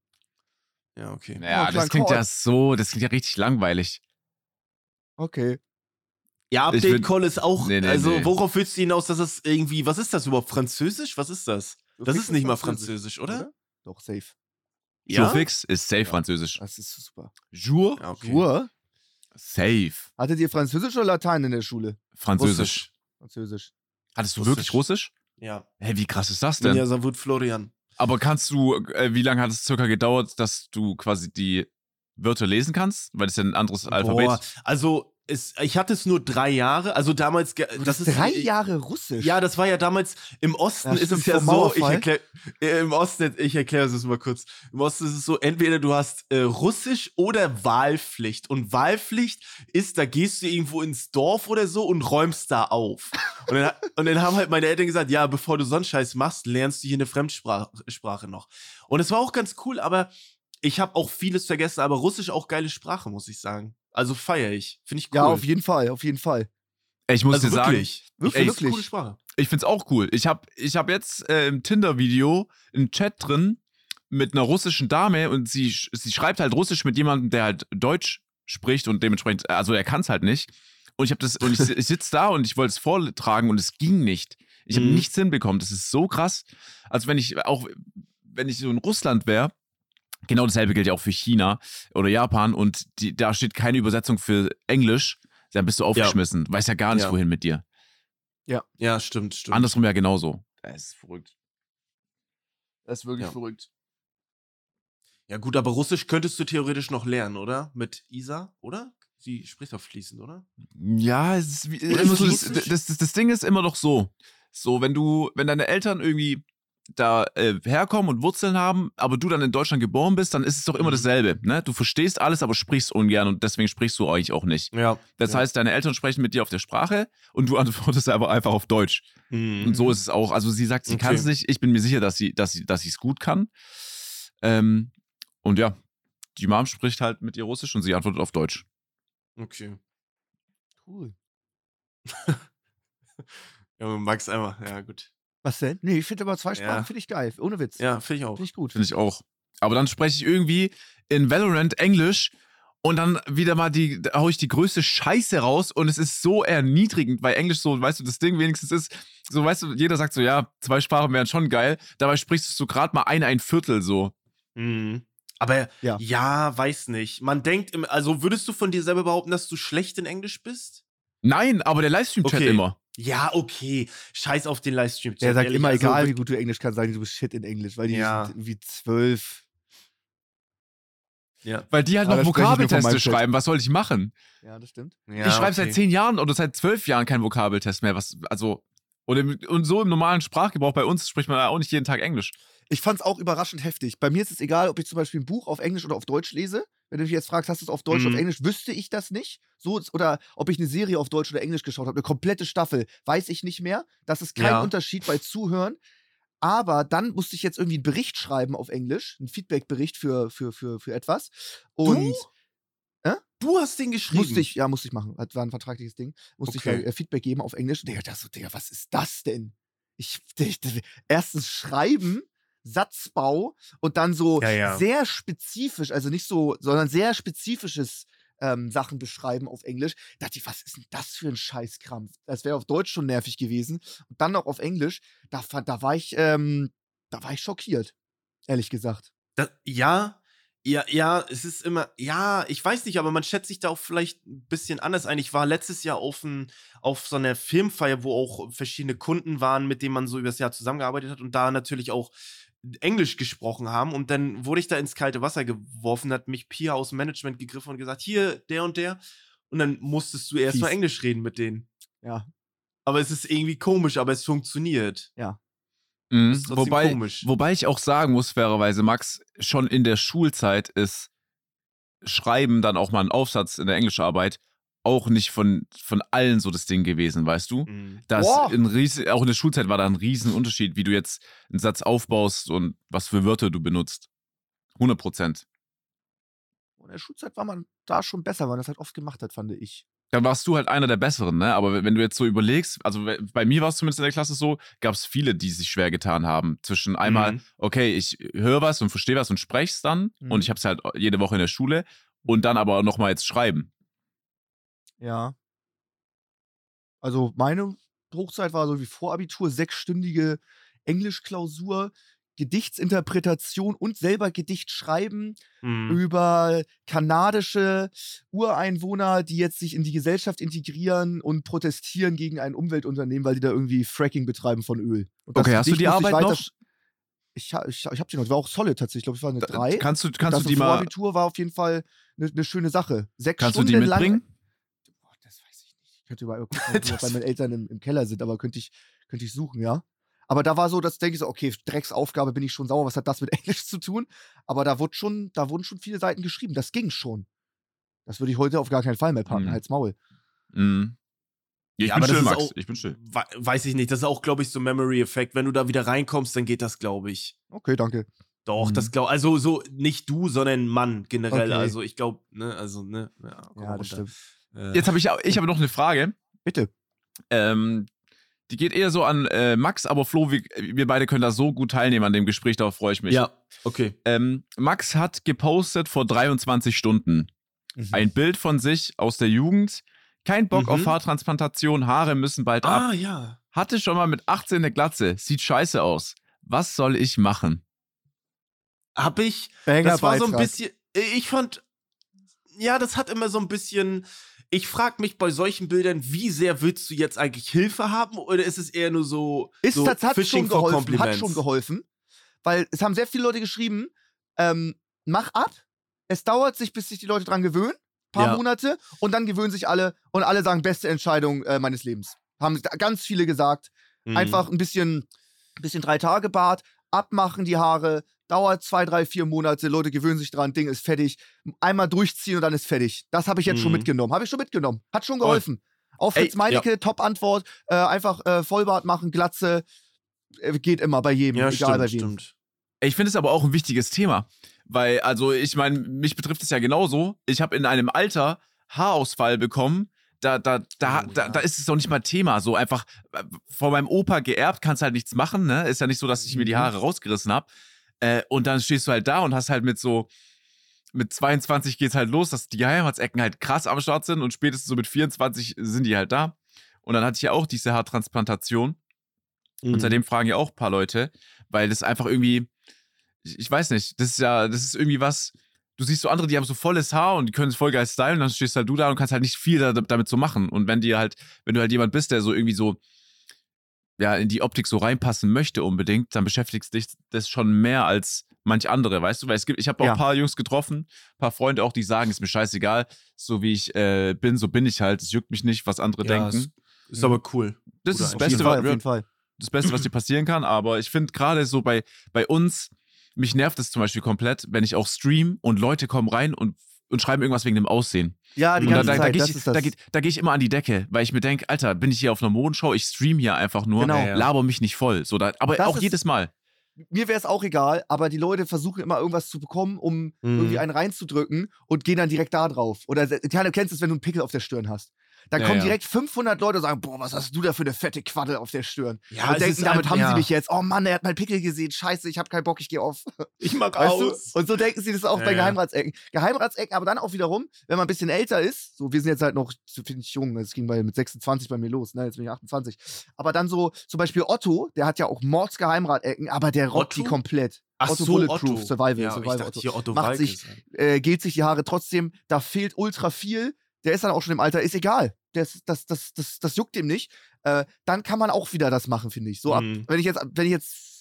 Ja, okay. Naja, Oh, das kleinen klingt Call. ja so, das klingt ja richtig langweilig. Okay. Ja, Ich will- Update-Call ist auch, Nee, nee, also nee. worauf willst du hinaus, dass es irgendwie, was ist das überhaupt, Französisch? Was ist das? Das Joufix ist nicht mal Französisch, oder? Doch, safe. Jour fix ist safe französisch. Das ist super. Jour? Ja, okay. Jour? Safe. Hattet ihr Französisch oder Latein in der Schule? Französisch. Französisch. Hattest du Russisch. wirklich Russisch? Ja. Hä, wie krass ist das denn? Ja, Savut Florian. Aber kannst du, äh, wie lange hat es circa gedauert, dass du quasi die Wörter lesen kannst? Weil das ist ja ein anderes Alphabet. Boah, also es, ich hatte es nur drei Jahre, also damals, ge- Du das hast ist drei ich- Jahre Russisch. Ja, das war ja damals, im Osten Ja, ist stimmt, es ja vor so, ich Mauerfall. erkläre, äh, im Osten, ich erkläre es mal kurz, im Osten ist es so, entweder du hast äh, Russisch oder Wahlpflicht und Wahlpflicht ist, da gehst du irgendwo ins Dorf oder so und räumst da auf. Und dann, und dann haben halt meine Eltern gesagt, ja, bevor du so einen Scheiß machst, lernst du hier eine Fremdsprache Sprache noch. Und es war auch ganz cool, aber ich habe auch vieles vergessen, aber Russisch auch geile Sprache, muss ich sagen. Also feiere ich, finde ich cool. Ja, auf jeden Fall, auf jeden Fall. Ey, ich muss also dir sagen, wirklich. Wirklich, Ey, Das ist eine wirklich. coole Sprache. ich find's auch cool. Ich hab, ich hab jetzt äh, im Tinder-Video einen Chat drin mit einer russischen Dame und sie, sch- sie schreibt halt Russisch mit jemandem, der halt Deutsch spricht und dementsprechend, also er kann's halt nicht. Und ich hab das, und ich, si- ich sitz da und ich wollte es vortragen und es ging nicht. Ich habe Mhm. nichts hinbekommen. Das ist so krass. Also wenn ich auch, wenn ich so in Russland wäre, genau dasselbe gilt ja auch für China oder Japan und die, da steht keine Übersetzung für Englisch, dann bist du aufgeschmissen. Weißt ja gar nicht, Ja. wohin mit dir. Ja, stimmt, stimmt. Andersrum ja genauso. Das ist verrückt. Das ist wirklich Ja. verrückt. Ja, gut, aber Russisch könntest du theoretisch noch lernen, oder? Mit Isa, oder? Sie spricht doch fließend, oder? Ja, es ist wie, Oder immer ist so, es das, Russisch? das, das, das Ding ist immer doch so. So, wenn du, wenn deine Eltern irgendwie da äh, herkommen und Wurzeln haben, aber du dann in Deutschland geboren bist, dann ist es doch immer Mhm. dasselbe. Ne? Du verstehst alles, aber sprichst ungern und deswegen sprichst du eigentlich auch nicht. Ja. Das ja. heißt, deine Eltern sprechen mit dir auf der Sprache und du antwortest aber einfach auf Deutsch. Mhm. Und so ist es auch. Also sie sagt, sie Okay. kann es nicht. Ich bin mir sicher, dass sie, dass sie, dass sie es gut kann. Ähm, und ja, die Mom spricht halt mit ihr Russisch und sie antwortet auf Deutsch. Okay. Cool. Ja, Max einmal, ja, gut. Was denn? Nee, ich finde aber zwei Ja. Sprachen finde ich geil. Ohne Witz. Ja, finde ich auch. Finde ich gut. Finde ich auch. Aber dann spreche ich irgendwie in Valorant Englisch und dann wieder mal die, da hau ich die größte Scheiße raus und es ist so erniedrigend, weil Englisch so, weißt du, das Ding wenigstens ist, so, weißt du, jeder sagt so, ja, zwei Sprachen wären schon geil, dabei sprichst du gerade mal ein, ein Viertel so. Mhm. Aber Ja. ja. weiß nicht. Man denkt, im, also würdest du von dir selber behaupten, dass du schlecht in Englisch bist? Nein, aber der Livestream-Chat Okay. immer. Ja, okay. Scheiß auf den Livestream. Er sagt ehrlich, immer, also egal wie wird- gut du Englisch kannst, sagen die, du bist shit in Englisch, weil die Ja. sind irgendwie zwölf. Ja. Weil die halt Ah, noch da spreche ich nur von Vokabelteste meinem Chat. schreiben. Was soll ich machen? Ja, das stimmt. ja ich schreibe okay. seit zehn Jahren oder seit zwölf Jahren keinen Vokabeltest mehr. Was, also, und, im, und so im normalen Sprachgebrauch bei uns spricht man ja auch nicht jeden Tag Englisch. Ich fand's auch überraschend heftig. Bei mir ist es egal, ob ich zum Beispiel ein Buch auf Englisch oder auf Deutsch lese. Wenn du mich jetzt fragst, hast du es auf Deutsch Mhm. oder auf Englisch, wüsste ich das nicht. So, oder ob ich eine Serie auf Deutsch oder Englisch geschaut habe, eine komplette Staffel, weiß ich nicht mehr. Das ist kein Ja. Unterschied bei Zuhören. Aber dann musste ich jetzt irgendwie einen Bericht schreiben auf Englisch, einen Feedback-Bericht für, für, für, für etwas. Und Du hast den geschrieben. musste ich, ja, musste ich machen. Das war ein vertragliches Ding. Musste Okay. ich da äh, Feedback geben auf Englisch. Und Digga, das so, Digga, was ist das denn? Ich, ich, ich erstens schreiben, Satzbau und dann so Ja, ja. sehr spezifisch, also nicht so, sondern sehr spezifisches ähm, Sachen beschreiben auf Englisch. Da dachte ich, was ist denn das für ein Scheißkrampf? Das wäre auf Deutsch schon nervig gewesen. Und dann noch auf Englisch, da, fand- da war ich, ähm, da war ich schockiert. Ehrlich gesagt. Das, ja, ja, ja, es ist immer, ja, ich weiß nicht, aber man schätzt sich da auch vielleicht ein bisschen anders ein. Ich war letztes Jahr auf, ein, auf so einer Filmfeier, wo auch verschiedene Kunden waren, mit denen man so übers Jahr zusammengearbeitet hat und da natürlich auch Englisch gesprochen haben und dann wurde ich da ins kalte Wasser geworfen, hat mich Pia aus dem Management gegriffen und gesagt, hier, der und der. Und dann musstest du erst mal Englisch reden mit denen. Ja. Aber es ist irgendwie komisch, aber es funktioniert. Ja. Mhm. Das ist trotzdem Wobei, komisch. wobei ich auch sagen muss, fairerweise, Max, schon in der Schulzeit ist Schreiben dann auch mal ein Aufsatz in der Englischarbeit auch nicht von, von allen so das Ding gewesen, weißt du? Mhm. Das Boah. in riesen, auch in der Schulzeit war da ein Riesenunterschied, wie du jetzt einen Satz aufbaust und was für Wörter du benutzt. hundert Prozent. In der Schulzeit war man da schon besser, weil man das halt oft gemacht hat, fand ich. Da warst du halt einer der Besseren, ne? Aber wenn du jetzt so überlegst, also bei mir war es zumindest in der Klasse so, gab es viele, die sich schwer getan haben. Zwischen einmal, Mhm. okay, ich höre was und verstehe was und spreche es dann Mhm. und ich habe es halt jede Woche in der Schule und dann aber nochmal jetzt schreiben. Ja. Also meine Hochzeit war so wie Vorabitur, sechsstündige Englischklausur, Gedichtsinterpretation und selber Gedicht schreiben Mhm. über kanadische Ureinwohner, die jetzt sich in die Gesellschaft integrieren und protestieren gegen ein Umweltunternehmen, weil die da irgendwie Fracking betreiben von Öl. Und das Okay, hast du Gedicht die musste ich Arbeit weiter- noch? Ich, ha- ich, ich habe die noch, die war auch solid tatsächlich. Ich glaube, es war eine Da- drei. Kannst du, Und kannst das du die im mal, Vorabitur war auf jeden Fall eine ne schöne Sache. Sechs kannst du Stunden die mitbringen? lang. Boah, das weiß ich nicht. Ich könnte mal gucken, ob die noch bei meinen Eltern im, im Keller sind, aber könnte ich, könnte ich suchen, ja. Aber da war so, dass denke ich so, okay, Drecksaufgabe, bin ich schon sauer, was hat das mit Englisch zu tun? Aber da wurde schon, da wurden schon viele Seiten geschrieben. Das ging schon. Das würde ich heute auf gar keinen Fall mehr packen. Mhm. Halt's Maul. Mhm. Ja, ich Ja, bin aber das still, ist Max. auch- Ich bin still. We- Weiß ich nicht. Das ist auch, glaube ich, so Memory-Effekt. Wenn du da wieder reinkommst, dann geht das, glaube ich. Okay, danke. Doch, Mhm. das glaube also so nicht du, sondern Mann generell. Okay. Also ich glaube, ne, also ne, ja, komm Ja, mal das runter. stimmt. Äh, Jetzt habe ich, ich habe noch eine Frage. Bitte. Ähm, die geht eher so an äh, Max, aber Flo, wir, wir beide können da so gut teilnehmen an dem Gespräch, darauf freue ich mich. ja, okay. Ähm, Max hat gepostet vor dreiundzwanzig Stunden Mhm. ein Bild von sich aus der Jugend. Kein Bock Mhm. auf Haartransplantation, Haare müssen bald ab. Ah, ja. Hatte schon mal mit achtzehn eine Glatze, sieht scheiße aus. Was soll ich machen? Hab ich. Banger Das war so ein Beitrag. bisschen. Ich fand. Ja, das hat immer so ein bisschen. Ich frage mich bei solchen Bildern, wie sehr willst du jetzt eigentlich Hilfe haben oder ist es eher nur so. Ist so das hat Fishing schon for geholfen, hat Compliments? schon geholfen, weil es haben sehr viele Leute geschrieben, ähm, mach ab, es dauert sich, bis sich die Leute dran gewöhnen, paar Ja. Monate und dann gewöhnen sich alle und alle sagen, beste Entscheidung äh, meines Lebens. Haben da ganz viele gesagt, Mhm. einfach ein bisschen, bisschen drei Tage Bart, abmachen die Haare, dauert zwei, drei, vier Monate, Leute gewöhnen sich dran, Ding ist fertig, einmal durchziehen und dann ist fertig. Das habe ich jetzt schon Mhm. mitgenommen, habe ich schon mitgenommen, hat schon Voll. geholfen. Auf Ey, Fritz Meinecke, Top-Antwort, äh, einfach äh, Vollbart machen, Glatze, äh, geht immer bei jedem, Ja, egal stimmt, bei wem. stimmt. Ich finde es aber auch ein wichtiges Thema. Weil, also, ich meine, mich betrifft es ja genauso. Ich habe in einem Alter Haarausfall bekommen. Da, da, da, Oh, da, ja. da ist es doch nicht mal Thema. So einfach äh, von meinem Opa geerbt, kannst halt nichts machen, ne? Ist ja nicht so, dass ich mir die Mhm. Haare rausgerissen habe. Äh, und dann stehst du halt da und hast halt mit so, mit zweiundzwanzig geht's halt los, dass die Geheimratsecken halt krass am Start sind und spätestens so mit vierundzwanzig sind die halt da. Und dann hatte ich ja auch diese Haartransplantation. Mhm. Und seitdem fragen ja auch ein paar Leute, weil das einfach irgendwie, ich, ich weiß nicht, das ist ja, das ist irgendwie was, du siehst so andere, die haben so volles Haar und die können es voll geil stylen, dann stehst halt du da und kannst halt nicht viel da, damit so machen. Und wenn dir halt, wenn du halt jemand bist, der so irgendwie so, ja, in die Optik so reinpassen möchte unbedingt, dann beschäftigst dich das schon mehr als manch andere, weißt du? Weil es gibt, ich habe auch Ja. ein paar Jungs getroffen, ein paar Freunde auch, die sagen, ist mir scheißegal, so wie ich äh, bin, so bin ich halt, es juckt mich nicht, was andere Ja, denken. Ist aber cool. Das Guter ist das Auf Beste, jeden Fall, was, auf jeden Fall. das Beste, was dir passieren kann, aber ich finde gerade so bei, bei uns, mich nervt es zum Beispiel komplett, wenn ich auch stream und Leute kommen rein und, und schreiben irgendwas wegen dem Aussehen. Ja, die Und Und ganze da, da, da Zeit, gehe das ich, ist das. da, geh, da geh ich immer an die Decke, weil ich mir denke, Alter, bin ich hier auf einer Modenshow, ich stream hier einfach nur, Genau. Ja, ja. laber mich nicht voll. So, da, aber Das auch ist- jedes Mal. Mir wäre es auch egal, aber die Leute versuchen immer irgendwas zu bekommen, um Mhm. irgendwie einen reinzudrücken und gehen dann direkt da drauf. Oder du kennst es, wenn du einen Pickel auf der Stirn hast. Dann Ja, kommen ja. direkt fünfhundert Leute und sagen, boah, was hast du da für eine fette Quaddel auf der Stirn? Ja, und es denken, ist damit einfach- haben ja. sie mich jetzt. Oh Mann, er hat meinen Pickel gesehen. Scheiße, ich habe keinen Bock, ich gehe auf. Ich mag Weißt aus. du? Und so denken sie das auch Ja, bei ja. Geheimratsecken. Geheimratsecken, aber dann auch wiederum, wenn man ein bisschen älter ist, so wir sind jetzt halt noch, finde ich jung, es ging bei, mit sechsundzwanzig bei mir los, ne? Jetzt bin ich achtundzwanzig. Aber dann so, zum Beispiel Otto, der hat ja auch Mordsgeheimratsecken, aber der rockt die Otto? komplett. Ach Otto so, Bulletproof, Otto. Survival, Ja, Survival ich dachte Otto. hier Otto Macht Walkes. sich, äh, geht sich die Haare trotzdem, da fehlt ultra viel. Der ist dann auch schon im Alter, ist egal. Das, das, das, das, das juckt ihm nicht. Äh, dann kann man auch wieder das machen, finde ich. So ab, Mhm. wenn ich jetzt, wenn ich jetzt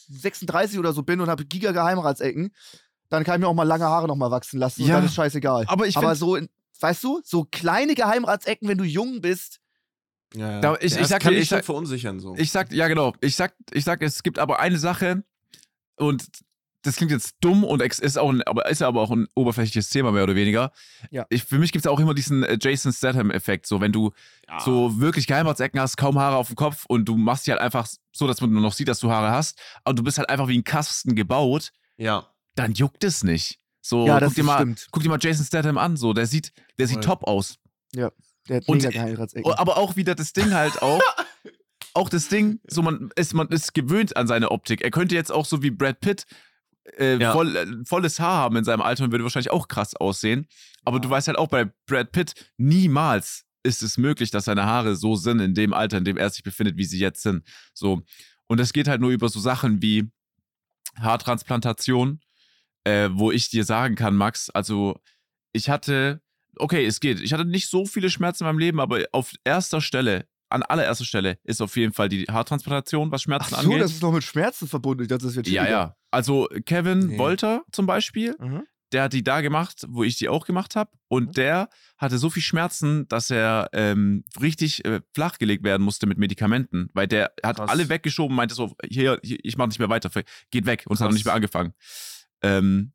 sechsunddreißig oder so bin und habe Giga-Geheimratsecken, dann kann ich mir auch mal lange Haare noch mal wachsen lassen und Ja, dann ist scheißegal. aber ich Aber find- so, in, weißt du, so kleine Geheimratsecken, wenn du jung bist. Ja, ja. Da- ich- ja, ich das sag kann dir, dich ich schon sag- verunsichern so. Ich sag, ja genau, ich sag, ich sag, es gibt aber eine Sache und das klingt jetzt dumm und ex- ist auch ein, aber ist aber auch ein oberflächliches Thema mehr oder weniger. Ja. Ich, für mich gibt es auch immer diesen äh, Jason Statham-Effekt, so wenn du Ja. so wirklich Geheimratsecken hast, kaum Haare auf dem Kopf und du machst die halt einfach so, dass man nur noch sieht, dass du Haare hast, aber du bist halt einfach wie ein Kasten gebaut, Ja. dann juckt es nicht. So, Ja, das guck, dir ist mal, stimmt. guck dir mal Jason Statham an, so, der sieht, der sieht Voll. top aus. Der hat Und- mega Geheimratsecken. Aber auch wieder das Ding halt auch. Auch das Ding, so man ist, man ist gewöhnt an seine Optik. Er könnte jetzt auch so wie Brad Pitt äh, Ja. voll, äh, volles Haar haben in seinem Alter und würde wahrscheinlich auch krass aussehen. Aber Ja. du weißt halt auch bei Brad Pitt, niemals ist es möglich, dass seine Haare so sind in dem Alter, in dem er sich befindet, wie sie jetzt sind. So. Und das geht halt nur über so Sachen wie Haartransplantation, äh, wo ich dir sagen kann, Max, also ich hatte, okay, es geht. Ich hatte nicht so viele Schmerzen in meinem Leben, aber auf erster Stelle, an allererster Stelle ist auf jeden Fall die Haartransplantation, was Schmerzen Ach so, angeht. das ist noch mit Schmerzen verbunden. Ich dachte, das wird Ja, chilliger. ja. Also Kevin Nee. Wolter zum Beispiel, Mhm. der hat die da gemacht, wo ich die auch gemacht habe. Und Mhm. der hatte so viel Schmerzen, dass er ähm, richtig äh, flachgelegt werden musste mit Medikamenten. Weil der hat Krass. alle weggeschoben, meinte so, hier, hier ich mach nicht mehr weiter, geht weg. Und es hat noch Krass. nicht mehr angefangen. Ähm,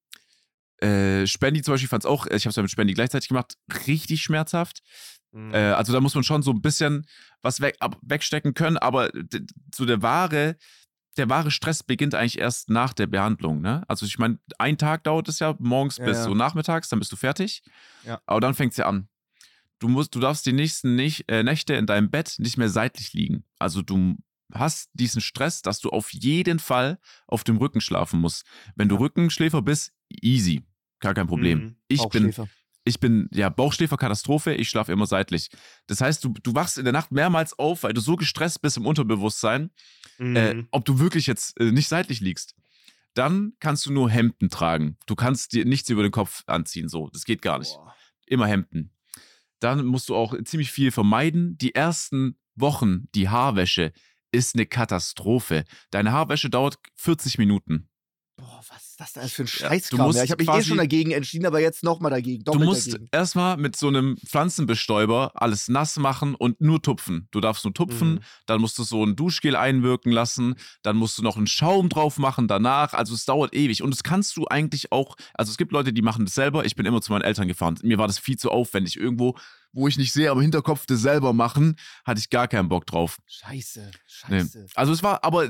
äh, Spendi zum Beispiel fand es auch, ich habe es ja mit Spendi gleichzeitig gemacht, richtig schmerzhaft. Mhm. Äh, also da muss man schon so ein bisschen was weg, ab, wegstecken können, aber d- so der wahre, der wahre Stress beginnt eigentlich erst nach der Behandlung. Ne? Also ich meine, ein Tag dauert es ja, morgens Ja, bis ja. so nachmittags, dann bist du fertig. Ja. Aber dann fängt es ja an. Du musst, du darfst die nächsten nicht, äh, Nächte in deinem Bett nicht mehr seitlich liegen. Also du hast diesen Stress, dass du auf jeden Fall auf dem Rücken schlafen musst. Wenn du Rückenschläfer bist, easy. Gar kein Problem. Mhm. Ich bin Bauchschläfer. ich bin, ja, Bauchschläferkatastrophe, ich schlafe immer seitlich. Das heißt, du, du wachst in der Nacht mehrmals auf, weil du so gestresst bist im Unterbewusstsein, Mhm. äh, ob du wirklich jetzt äh, nicht seitlich liegst. Dann kannst du nur Hemden tragen. Du kannst dir nichts über den Kopf anziehen, so. Das geht gar nicht. Boah. Immer Hemden. Dann musst du auch ziemlich viel vermeiden. Die ersten Wochen, die Haarwäsche, ist eine Katastrophe. Deine Haarwäsche dauert vierzig Minuten. Boah, was ist das denn für ein Ja, Scheißkram? du musst Ja, ich habe mich eh quasi- schon dagegen entschieden, aber jetzt nochmal dagegen. Du Doppelt musst dagegen. erstmal mit so einem Pflanzenbestäuber alles nass machen und nur tupfen. Du darfst nur tupfen, Mhm. dann musst du so ein Duschgel einwirken lassen, dann musst du noch einen Schaum drauf machen danach. Also es dauert ewig. Und das kannst du eigentlich auch, also es gibt Leute, die machen das selber. Ich bin immer zu meinen Eltern gefahren. Mir war das viel zu aufwendig. Irgendwo, wo ich nicht sehe, aber Hinterkopf das selber machen, hatte ich gar keinen Bock drauf. Scheiße, Nee. scheiße. Also es war, aber,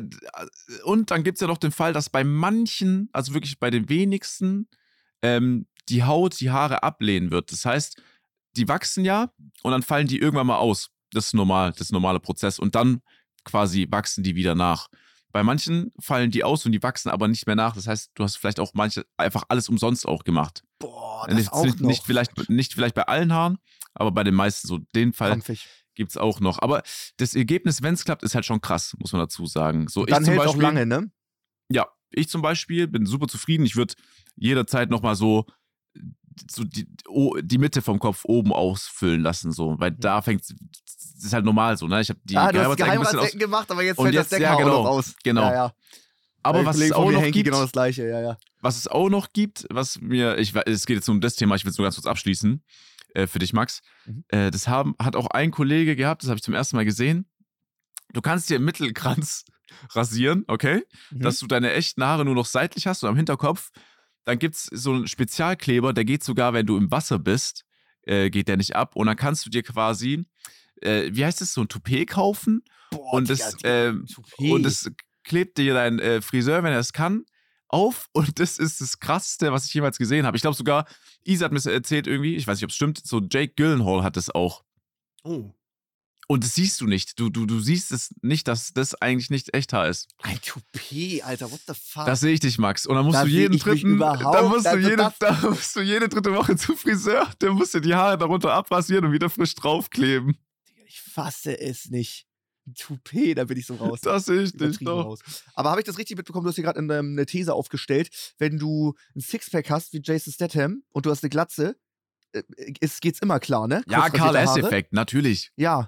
und dann gibt es ja noch den Fall, dass bei manchen, also wirklich bei den wenigsten, ähm, die Haut die Haare ablehnen wird. Das heißt, die wachsen ja und dann fallen die irgendwann mal aus. Das ist normal, das ist ein normaler Prozess. Und dann quasi wachsen die wieder nach. Bei manchen fallen die aus und die wachsen aber nicht mehr nach. Das heißt, du hast vielleicht auch manche einfach alles umsonst auch gemacht. Boah, das nicht, auch nicht, noch. nicht, vielleicht, nicht vielleicht bei allen Haaren, aber bei den meisten. So den Fall Krampfig. gibt es auch noch. Aber das Ergebnis, wenn es klappt, ist halt schon krass, muss man dazu sagen. So, Und dann ich zum hält auch Beispiel, lange, ne? Ja, ich zum Beispiel bin super zufrieden. Ich würde jederzeit nochmal so, so die, oh, die Mitte vom Kopf oben ausfüllen lassen, so, weil da fängt das ist halt normal so, ne? Ich habe die Ah, du hast Geheimratsecken ein bisschen aus. Geheimratsecken gemacht, aber jetzt Und fällt jetzt- das ja, Deckhaar genau, auch noch aus. genau. Ja, ja. Aber Bei was es Kollegen von auch mir, noch Henki, gibt, genau das Gleiche, ja, ja. was es auch noch gibt, was mir, ich weiß, es geht jetzt um das Thema, ich will es nur ganz kurz abschließen, äh, für dich, Max. Mhm. Äh, das haben, hat auch ein Kollege gehabt, das habe ich zum ersten Mal gesehen. Du kannst dir im Mittelkranz rasieren, okay? Mhm. Dass du deine echten Haare nur noch seitlich hast und am Hinterkopf. Dann gibt es so einen Spezialkleber, der geht sogar, wenn du im Wasser bist, äh, geht der nicht ab. Und dann kannst du dir quasi, äh, wie heißt es, so ein Toupet kaufen. Boah, und, Digga, das, Digga, ähm, Toupet. und das klebt dir dein äh, Friseur, wenn er es kann, auf. Und das ist das Krasseste, was ich jemals gesehen habe. Ich glaube sogar, Isa hat mir das erzählt irgendwie, ich weiß nicht, ob es stimmt, so Jake Gyllenhaal hat das auch. Oh. Und das siehst du nicht. Du, du, du siehst es nicht, dass das eigentlich nicht echt Haar ist. Ein Toupet, Alter, what the fuck? Das sehe ich dich, Max. Und dann musst Da du seh jeden ich mich dritten, überhaupt- da musst du also jede, das- da musst du jede dritte Woche zum Friseur, der musst dir die Haare darunter abrasieren und wieder frisch draufkleben. Ich fasse es nicht. Ein Toupet, da bin ich so raus. Das sehe ich dich Übertrieben doch. raus. Aber habe ich das richtig mitbekommen? Du hast hier gerade ähm, eine These aufgestellt. Wenn du ein Sixpack hast wie Jason Statham und du hast eine Glatze, äh, ist, geht's immer klar, ne? Ja, Kurz Karl rasierte Haare. S-Effekt, natürlich. Ja.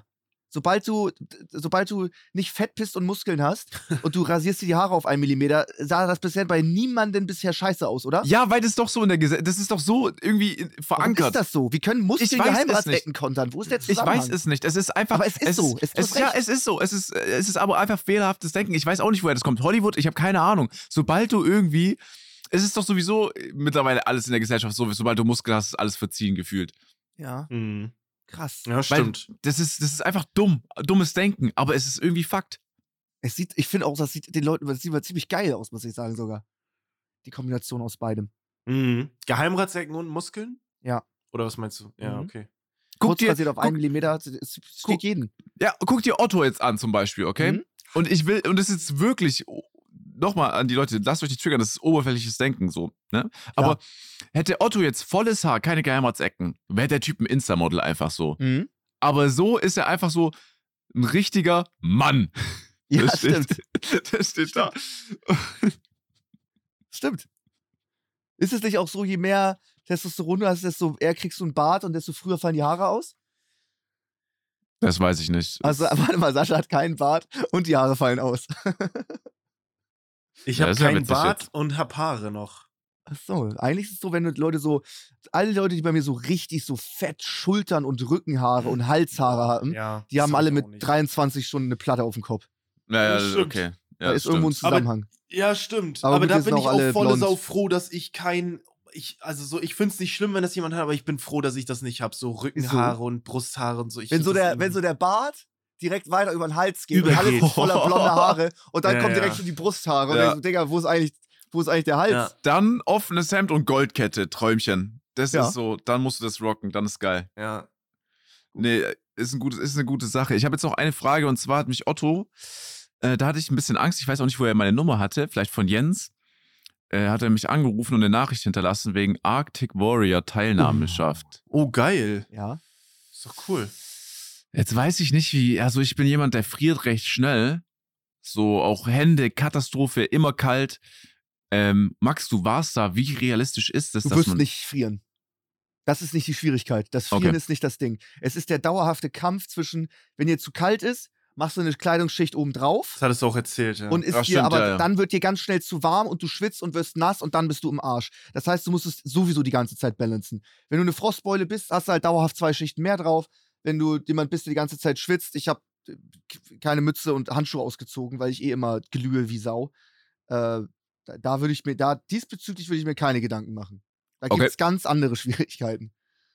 Sobald du, sobald du nicht fett bist und Muskeln hast und du rasierst dir die Haare auf einen Millimeter, sah das bisher bei niemandem bisher scheiße aus, oder? Ja, weil das doch so in der Gesellschaft, das ist doch so irgendwie in- Warum verankert. ist das so? Wie können Muskeln Ich weiß es Geheimratsecken kontern? Wo ist der Ich Zusammenhang? weiß es nicht. Es ist einfach. Aber es ist so. Es- du Es, hast ja, recht. es ist so. Es ist, es ist aber einfach fehlerhaftes Denken. Ich weiß auch nicht, woher das kommt. Hollywood, ich habe keine Ahnung. Sobald du irgendwie. Es ist doch sowieso mittlerweile alles in der Gesellschaft so, sobald du Muskeln hast, ist alles verziehen gefühlt. Ja, Mhm. krass. Ja, Weil stimmt. das ist, das ist einfach dumm. Dummes Denken. Aber es ist irgendwie Fakt. Es sieht, ich finde auch, das sieht den Leuten das sieht mal ziemlich geil aus, muss ich sagen sogar. Die Kombination aus beidem. Mhm. Geheimratsecken und Muskeln? Ja. Oder was meinst du? Ja, Mhm. okay. Guck Kurz dir, rasiert auf guck, einen Millimeter, es es guck- steht jeden. ja, guck dir Otto jetzt an zum Beispiel, okay? Mhm. Und ich will, und das ist jetzt wirklich, nochmal an die Leute, lasst euch nicht triggern, das ist oberflächliches Denken so, ne? Aber hätte Otto jetzt volles Haar, keine Geheimratsecken, wäre der Typ ein Insta-Model einfach so. Mhm. Aber so ist er einfach so ein richtiger Mann. Ja, Das steht- stimmt. Das steht da. Stimmt. Ist es nicht auch so, je mehr Testosteron du hast, desto eher kriegst du einen Bart und desto früher fallen die Haare aus? Das weiß ich nicht. Also, warte mal, Sascha hat keinen Bart und die Haare fallen aus. Ich Ja, habe ist ja keinen witzig Bart jetzt. und hab Haare noch. Ach so, eigentlich ist es so, wenn du Leute so, alle Leute, die bei mir so richtig so fett Schultern und Rückenhaare und Halshaare haben, Ja, die das haben hab alle ich mit auch nicht. dreiundzwanzig Stunden eine Platte auf dem Kopf. Naja, Das stimmt. okay. Ja, da das ist irgendwo ein stimmt. Aber- Zusammenhang. Ja, stimmt. Aber Aber, gut, da wir sind bin ich auch auch alle voll blond. sau froh, dass ich kein. Ich, also so, ich finde es nicht schlimm, wenn das jemand hat, aber ich bin froh, dass ich das nicht habe. So Rückenhaare und Brusthaare und so. Ich wenn, find so das der, irgendwie- wenn so der Bart direkt weiter über den Hals geht und Übergeht. alles voller blonder Haare und dann Ja, kommt ja. direkt schon die Brusthaare und Ja. denkst so, Digga, wo ist eigentlich, wo ist eigentlich der Hals? Ja. Dann offenes Hemd und Goldkette, Träumchen. Das Ja. ist so, dann musst du das rocken, dann ist geil. Ja. Nee, ist, ein gutes, ist eine gute Sache. Ich habe jetzt noch eine Frage und zwar hat mich Otto, äh, da hatte ich ein bisschen Angst, ich weiß auch nicht, wo er meine Nummer hatte, vielleicht von Jens, äh, hat er mich angerufen und eine Nachricht hinterlassen wegen Arctic Warrior Teilnahmeschaft. Oh, geil. Ja. Ist doch cool. Jetzt weiß ich nicht, wie, also ich bin jemand, der friert recht schnell. So auch Hände, Katastrophe, immer kalt. Ähm, Max, du warst da, wie realistisch ist es, Du dass wirst man... nicht frieren. Das ist nicht die Schwierigkeit. Das Frieren Okay. ist nicht das Ding. Es ist der dauerhafte Kampf zwischen, wenn dir zu kalt ist, machst du eine Kleidungsschicht oben drauf Das hattest du auch erzählt, ja. und ist Ach, dir, stimmt, aber ja, ja. dann wird dir ganz schnell zu warm und du schwitzt und wirst nass und dann bist du im Arsch. Das heißt, du musst es sowieso die ganze Zeit balancen. Wenn du eine Frostbeule bist, hast du halt dauerhaft zwei Schichten mehr drauf. Wenn du jemand bist, der die ganze Zeit schwitzt, ich habe keine Mütze und Handschuhe ausgezogen, weil ich eh immer glühe wie Sau. Äh, da da würde ich mir, da diesbezüglich würde ich mir keine Gedanken machen. Da Okay. gibt es ganz andere Schwierigkeiten.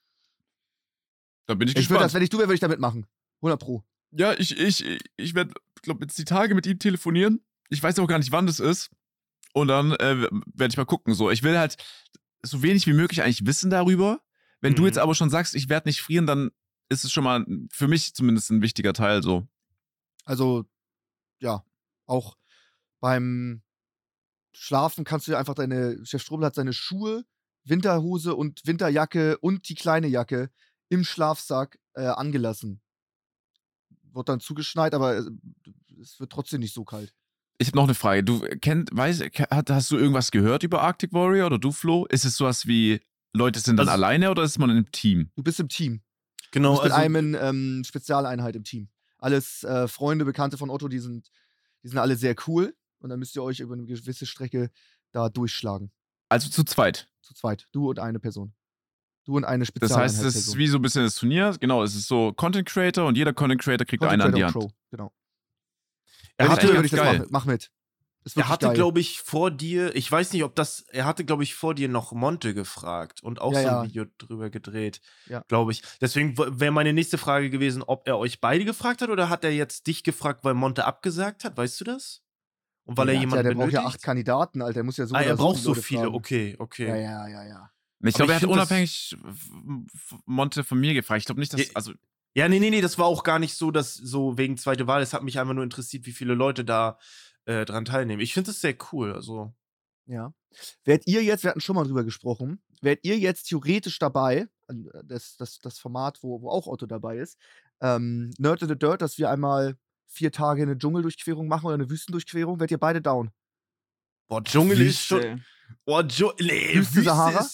Da bin ich, Ich würde gespannt. das, wenn ich du wäre, würde ich damit machen. hundert Pro. Ja, ich, ich, ich werde, glaube jetzt die Tage mit ihm telefonieren. Ich weiß auch gar nicht, wann das ist. Und dann äh, werde ich mal gucken. So, ich will halt so wenig wie möglich eigentlich wissen darüber. Wenn du Mhm. jetzt aber schon sagst, ich werde nicht frieren, dann ist es schon mal für mich zumindest ein wichtiger Teil so. Also, ja, auch beim Schlafen kannst du dir einfach deine, Chef Strobel hat seine Schuhe, Winterhose und Winterjacke und die kleine Jacke im Schlafsack äh, angelassen. Wird dann zugeschneit, aber äh, es wird trotzdem nicht so kalt. Ich habe noch eine Frage. Du kennt, weißt, hat, hast du irgendwas gehört über Arctic Warrior oder du, Flo? Ist es sowas wie, Leute sind dann Also- alleine oder ist man in einem Team? Du bist im Team. Du Genau, bist mit also, einem ähm, Spezialeinheit im Team. Alles äh, Freunde, Bekannte von Otto, die sind, die sind alle sehr cool. Und dann müsst ihr euch über eine gewisse Strecke da durchschlagen. Also zu zweit. Zu zweit. Du und eine Person. Du und eine Das Spezialeinheit. heißt, es ist wie so ein bisschen das Turnier. Genau, es ist so Content Creator und jeder Content Creator kriegt eine an die Hand. Pro, genau. er Wenn ich hatte, will, würde ich das geil. machen. Mach mit. Ist er wirklich hatte geil. glaube ich, vor dir, ich weiß nicht, ob das, er hatte, glaube ich, vor dir noch Monte gefragt und auch Ja, so ja. ein Video drüber gedreht, Ja. glaube ich. Deswegen wäre meine nächste Frage gewesen, ob er euch beide gefragt hat oder hat er jetzt dich gefragt, weil Monte abgesagt hat, weißt du das? Und weil Der er hat jemanden ja, der braucht benötigt? ja acht Kandidaten, Alter. Der muss ja so ah, oder er so braucht die so Leute viele, fragen. okay, okay. Ja, ja, ja, ja. Ich Aber glaube, er ich hat find das- unabhängig f- f- Monte von mir gefragt. Ich glaube nicht, dass. Ja, Also, Ja, nee, nee, nee, das war auch gar nicht so, dass so wegen zweite Wahl, es hat mich einfach nur interessiert, wie viele Leute da äh, dran teilnehmen. Ich finde das sehr cool, also. Ja. Wärt ihr jetzt, wir hatten schon mal drüber gesprochen, wärt ihr jetzt theoretisch dabei, äh, das, das, das Format, wo, wo auch Otto dabei ist, ähm, Nerd in the Dirt, dass wir einmal vier Tage eine Dschungeldurchquerung machen oder eine Wüstendurchquerung, wärt ihr beide down? Boah, Dschungel ist schon. Wüste. Boah, Dschungel. Nee, Wüste Sahara? Ist,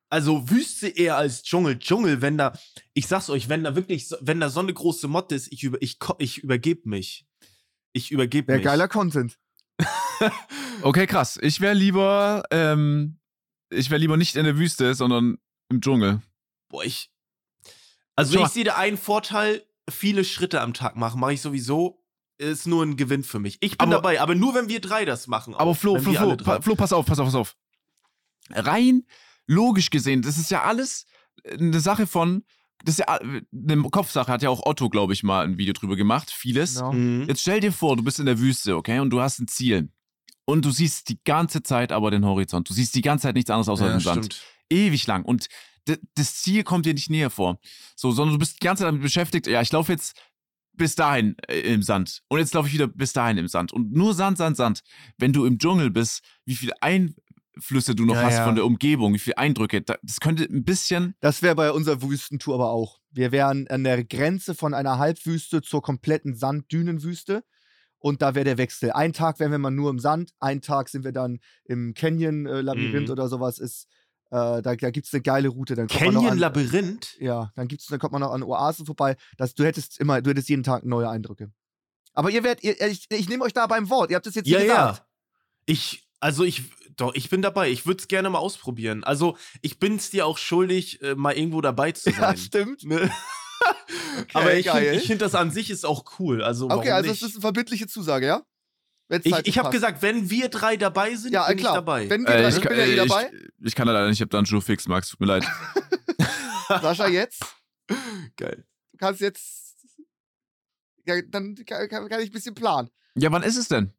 Also Wüste eher als Dschungel. Dschungel, wenn da, ich sag's euch, wenn da wirklich, so- wenn da so eine große Motte ist, ich, über, ich, ko- ich übergebe mich. Ich übergebe Wäre mich. geiler Content. Okay, krass. Ich wäre lieber, ähm, ich wäre lieber nicht in der Wüste, sondern im Dschungel. Boah, ich. Also Schau mal. ich sehe da einen Vorteil, viele Schritte am Tag machen, mache ich sowieso. Ist nur ein Gewinn für mich. Ich bin Aber- dabei, aber nur wenn wir drei das machen. Aber auch, Flo, wenn Flo, wir Flo, alle drei. pa- Flo, pass auf, pass auf, pass auf. Rein logisch gesehen, das ist ja alles eine Sache von, das ist ja eine Kopfsache, hat ja auch Otto, glaube ich, mal ein Video drüber gemacht, vieles. Ja. Mhm. Jetzt stell dir vor, du bist in der Wüste, okay, und du hast ein Ziel. Und du siehst die ganze Zeit aber den Horizont. Du siehst die ganze Zeit nichts anderes außer Ja, den Sand. stimmt. Ewig lang. Und d- das Ziel kommt dir nicht näher vor. So, sondern du bist die ganze Zeit damit beschäftigt, ja, ich laufe jetzt bis dahin äh, im Sand. Und jetzt laufe ich wieder bis dahin im Sand. Und nur Sand, Sand, Sand. Wenn du im Dschungel bist, wie viele Einflüsse du noch Ja, hast ja. von der Umgebung, wie viele Eindrücke, da- das könnte ein bisschen. Das wäre bei unserer Wüstentour aber auch. Wir wären an der Grenze von einer Halbwüste zur kompletten Sanddünenwüste. Und da wäre der Wechsel. Einen Tag wären wir mal nur im Sand, einen Tag sind wir dann im Canyon-Labyrinth Mhm. oder sowas. Ist, äh, da da gibt es eine geile Route. Dann kommt man noch an, Canyon-Labyrinth? ja, dann, gibt's, dann kommt man noch an Oasen vorbei. Das, du hättest immer, du hättest jeden Tag neue Eindrücke. Aber ihr werdet, ihr, ich, ich nehme euch da beim Wort. Ihr habt es jetzt Ja, hier gesagt. ja. Ich, also ich, doch, ich bin dabei. Ich würde es gerne mal ausprobieren. Also ich bin es dir auch schuldig, äh, mal irgendwo dabei zu Ja, sein. stimmt. Ne? Okay, Aber ich geil. finde, find, das an sich ist auch cool. Also warum Okay, also nicht? das ist eine verbindliche Zusage, ja? Wenn's Ich, zeitlich ich habe passt. gesagt, wenn wir drei dabei sind, Ja, bin klar. ich dabei. Wenn wir Äh, drei, ich, ich kann- bin ja eh äh, dabei. ich, ich kann da leider nicht, ich habe da einen Joe Fix, Max, tut mir leid. Sascha, jetzt? Geil. Du kannst jetzt. Ja, dann kann, kann, kann ich ein bisschen planen. Ja, wann ist es denn?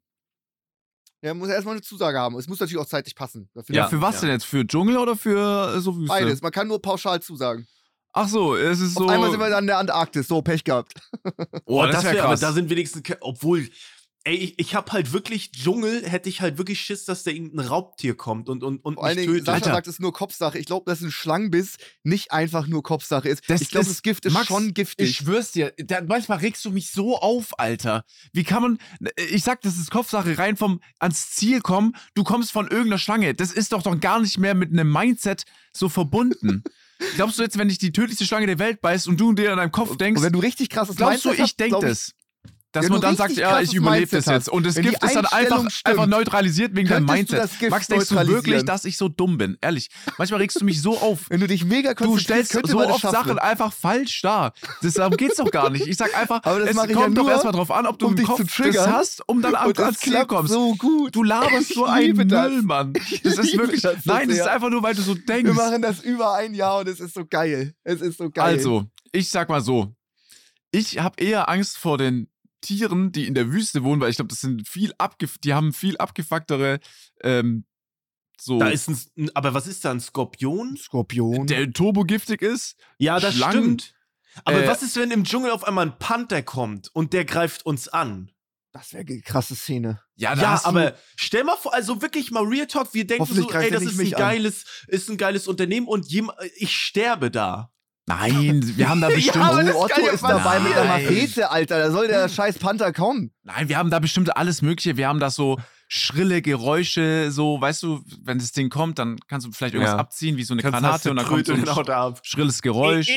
Ja, muss erstmal eine Zusage haben. Es muss natürlich auch zeitlich passen. Dafür Ja, Ja, für was ja. denn jetzt? Für Dschungel oder für äh, so Wüste? beides. Man kann nur pauschal zusagen. Ach so, es ist so. Auf einmal sind wir dann in der Antarktis. So, Pech gehabt. oh, das, das wäre wäre, aber krass. da sind wenigstens, ke- obwohl, ey, ich, ich habe halt wirklich Dschungel, hätte ich halt wirklich Schiss, dass da irgendein Raubtier kommt und, und, und Vor allen mich Dingen, tötet. Sascha Alter. sagt, es ist nur Kopfsache. Ich glaube, dass ein Schlangenbiss nicht einfach nur Kopfsache ist. Das- ich glaube, das- das Gift ist Max, schon giftig. Ich schwör's dir, da, manchmal regst du mich so auf, Alter. Wie kann man, ich sag, das ist Kopfsache, rein vom ans Ziel kommen, du kommst von irgendeiner Schlange. Das ist doch doch gar nicht mehr mit einem Mindset so verbunden. Glaubst du jetzt, wenn dich die tödlichste Schlange der Welt beißt und du dir in deinem Kopf denkst, Und wenn du richtig krasses glaubst du, Mindset ich hast, denk glaub ich, das? Dass Wenn man du dann sagt, richtig ja, ich krasses überlebe Mindset das jetzt. hast, Und das wenn die Gift ist dann einfach, Einstellung stimmt, einfach neutralisiert wegen deinem könntest du Mindset. das Gift Max, denkst du wirklich, neutralisieren. dass ich so dumm bin? Ehrlich. Manchmal regst du mich so auf. Wenn du dich mega Du konzentrierst, stellst könnte so man das oft schaffen. Sachen einfach falsch dar. Das, darum geht's doch gar nicht. Ich sag einfach, Aber das es mach ich kommt ja doch nur, erstmal drauf an, ob du um im dich Kopf zu das triggern. hast, um dann am Und das ans Ziel klappt kommst. so gut. Du laberst Ich so ein liebe das. Müll, Mann. Das ist liebe wirklich. das so nein, das ist sehr. einfach nur, weil du so Wir denkst. machen das über ein Jahr und es ist so geil. Es ist so geil. Also, ich sag mal so. Ich habe eher Angst vor den Tieren, die in der Wüste wohnen, weil ich glaube, das sind viel abgef die haben viel abgefucktere ähm, so Da ist ein, aber was ist da, ein Skorpion? Skorpion. der turbogiftig ist. Ja, das Schlangen? stimmt. Aber Äh, was ist, wenn im Dschungel auf einmal ein Panther kommt und der greift uns an? Das wäre eine krasse Szene. Ja, da Ja, hast du- aber stell mal vor, also wirklich mal Real Talk, wir denken Hoffentlich so, greift ey, er das nicht ist ein mich an. geiles, ist ein geiles Unternehmen und jem, ich sterbe da. Nein, wir haben da Ja, bestimmt. aber Oh, das Otto kann ja ist dabei mit der Nein. Machete, Alter. Da soll der scheiß Panther kommen. Nein, wir haben da bestimmt alles Mögliche. Wir haben da so schrille Geräusche, so, weißt du, wenn das Ding kommt, dann kannst du vielleicht irgendwas Ja. abziehen, wie so eine Kannst Granate und dann kommt so ein Tröte da ab. schrilles Geräusch.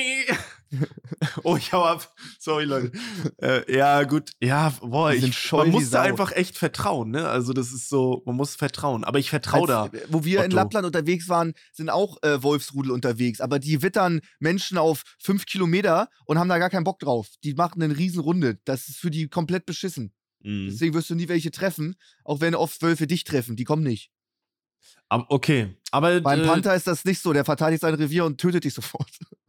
Oh, ich hau ab. Sorry, Leute. äh, ja, gut. Ja, boah, Die sind ich, scheu man wie muss da Sau. einfach echt vertrauen, ne? Also, das ist so, man muss vertrauen. Aber ich vertraue da. Als, wo wir in Otto. Lappland unterwegs waren, sind auch äh, Wolfsrudel unterwegs. Aber die wittern Menschen auf fünf Kilometer und haben da gar keinen Bock drauf. Die machen eine Riesenrunde. Das ist für die komplett beschissen. Mhm. Deswegen wirst du nie welche treffen, auch wenn oft Wölfe dich treffen. Die kommen nicht. Aber, okay. Aber, Beim äh, Panther ist das nicht so. Der verteidigt sein Revier und tötet dich sofort.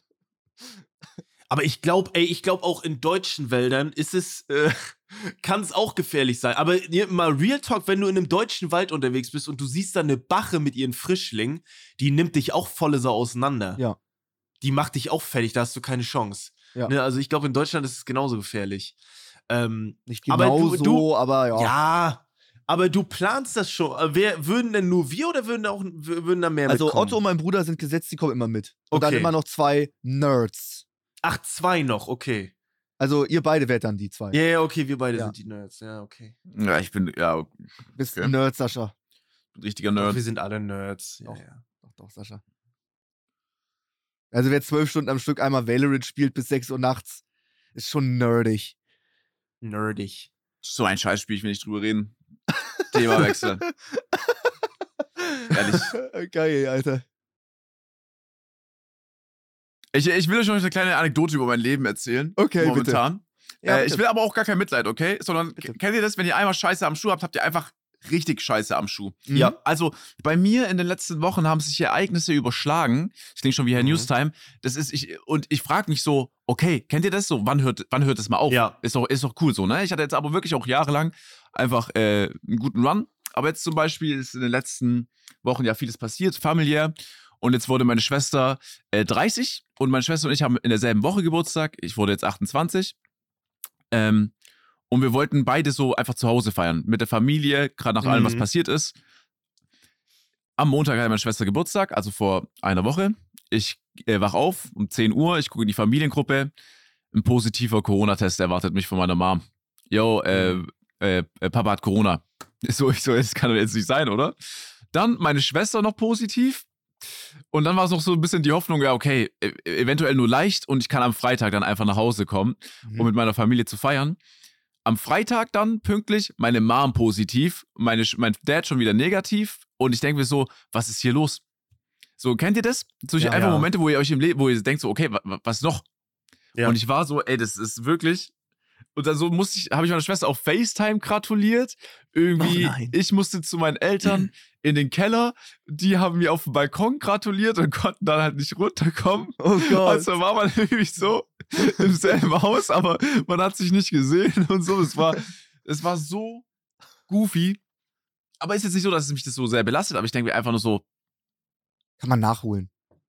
aber ich glaube, ey, ich glaube auch in deutschen Wäldern ist es, äh, kann es auch gefährlich sein. Aber hier mal Real Talk, wenn du in einem deutschen Wald unterwegs bist und du siehst da eine Bache mit ihren Frischlingen, die nimmt dich auch volle so auseinander. Ja. Die macht dich auch fertig, da hast du keine Chance. Ja. Ne, also ich glaube, in Deutschland ist es genauso gefährlich. Ähm, Nicht Aber genau du- so, du- aber ja. ja. aber du planst das schon. Äh, Wer, würden denn nur wir oder würden da, auch, w- würden da mehr Also mitkommen? Otto und mein Bruder sind gesetzt, die kommen immer mit. Und dann Okay. immer noch zwei Nerds. Ach, zwei noch, okay. Also ihr beide werdet dann die zwei. Ja, ja, okay, wir beide Ja. sind die Nerds. Ja, okay. Ja, ich bin, ja, Bist Okay. ein Nerd, Sascha. ein richtiger Doch, Nerd. wir sind alle Nerds. Ja, Doch. ja. Doch, doch, Sascha. Also wer zwölf Stunden am Stück einmal Valorant spielt bis sechs Uhr nachts, ist schon nerdig. Nerdig. So ein Scheißspiel, ich will nicht drüber reden. Themawechsel. Ehrlich. Geil, Alter. Ich, ich will euch noch eine kleine Anekdote über mein Leben erzählen. Okay, momentan. bitte. Ja, äh, bitte. Ich will aber auch gar kein Mitleid, okay? Sondern Bitte. kennt ihr das, wenn ihr einmal Scheiße am Schuh habt, habt ihr einfach richtig Scheiße am Schuh. Mhm. Ja, also bei mir in den letzten Wochen haben sich Ereignisse überschlagen. Ich klinge schon wie Herr Mhm. Newstime. Das ist, ich, und ich frage mich so, okay, kennt ihr das so? Wann hört, wann hört es mal auf? Ja. Ist doch, ist doch cool so, ne? Ich hatte jetzt aber wirklich auch jahrelang einfach äh, einen guten Run. Aber jetzt zum Beispiel ist in den letzten Wochen ja vieles passiert, familiär. Und jetzt wurde meine Schwester äh, dreißig und meine Schwester und ich haben in derselben Woche Geburtstag. Ich wurde jetzt achtundzwanzig. Ähm, und wir wollten beide so einfach zu Hause feiern. Mit der Familie, gerade nach allem, was Mhm. passiert ist. Am Montag hatte meine Schwester Geburtstag, also vor einer Woche. Ich äh, wach auf um zehn Uhr, ich gucke in die Familiengruppe. Ein positiver Corona-Test erwartet mich von meiner Mom. Yo, äh, äh, äh, Papa hat Corona. So, ich so, das kann doch jetzt nicht sein, oder? Dann meine Schwester noch positiv. Und dann war es noch so ein bisschen die Hoffnung, ja, okay, e- eventuell nur leicht und ich kann am Freitag dann einfach nach Hause kommen, Mhm. um mit meiner Familie zu feiern. Am Freitag dann pünktlich meine Mom positiv, meine, Sch- mein Dad schon wieder negativ und ich denke mir so, was ist hier los? So, kennt ihr das? Solche Ja. einfach Ja. Momente, wo ihr euch im Leben, wo ihr denkt so, okay, wa, wa, was noch? Ja. Und ich war so, ey, das ist wirklich. Und dann so musste ich, habe ich meiner Schwester auf FaceTime gratuliert. Irgendwie, Oh nein. ich musste zu meinen Eltern in den Keller. Die haben mir auf dem Balkon gratuliert und konnten dann halt nicht runterkommen. Oh Gott. Also war man irgendwie so im selben Haus, aber man hat sich nicht gesehen und so. Es war, es war so goofy. Aber ist jetzt nicht so, dass es mich das so sehr belastet, aber ich denke mir einfach nur so, Kann man nachholen.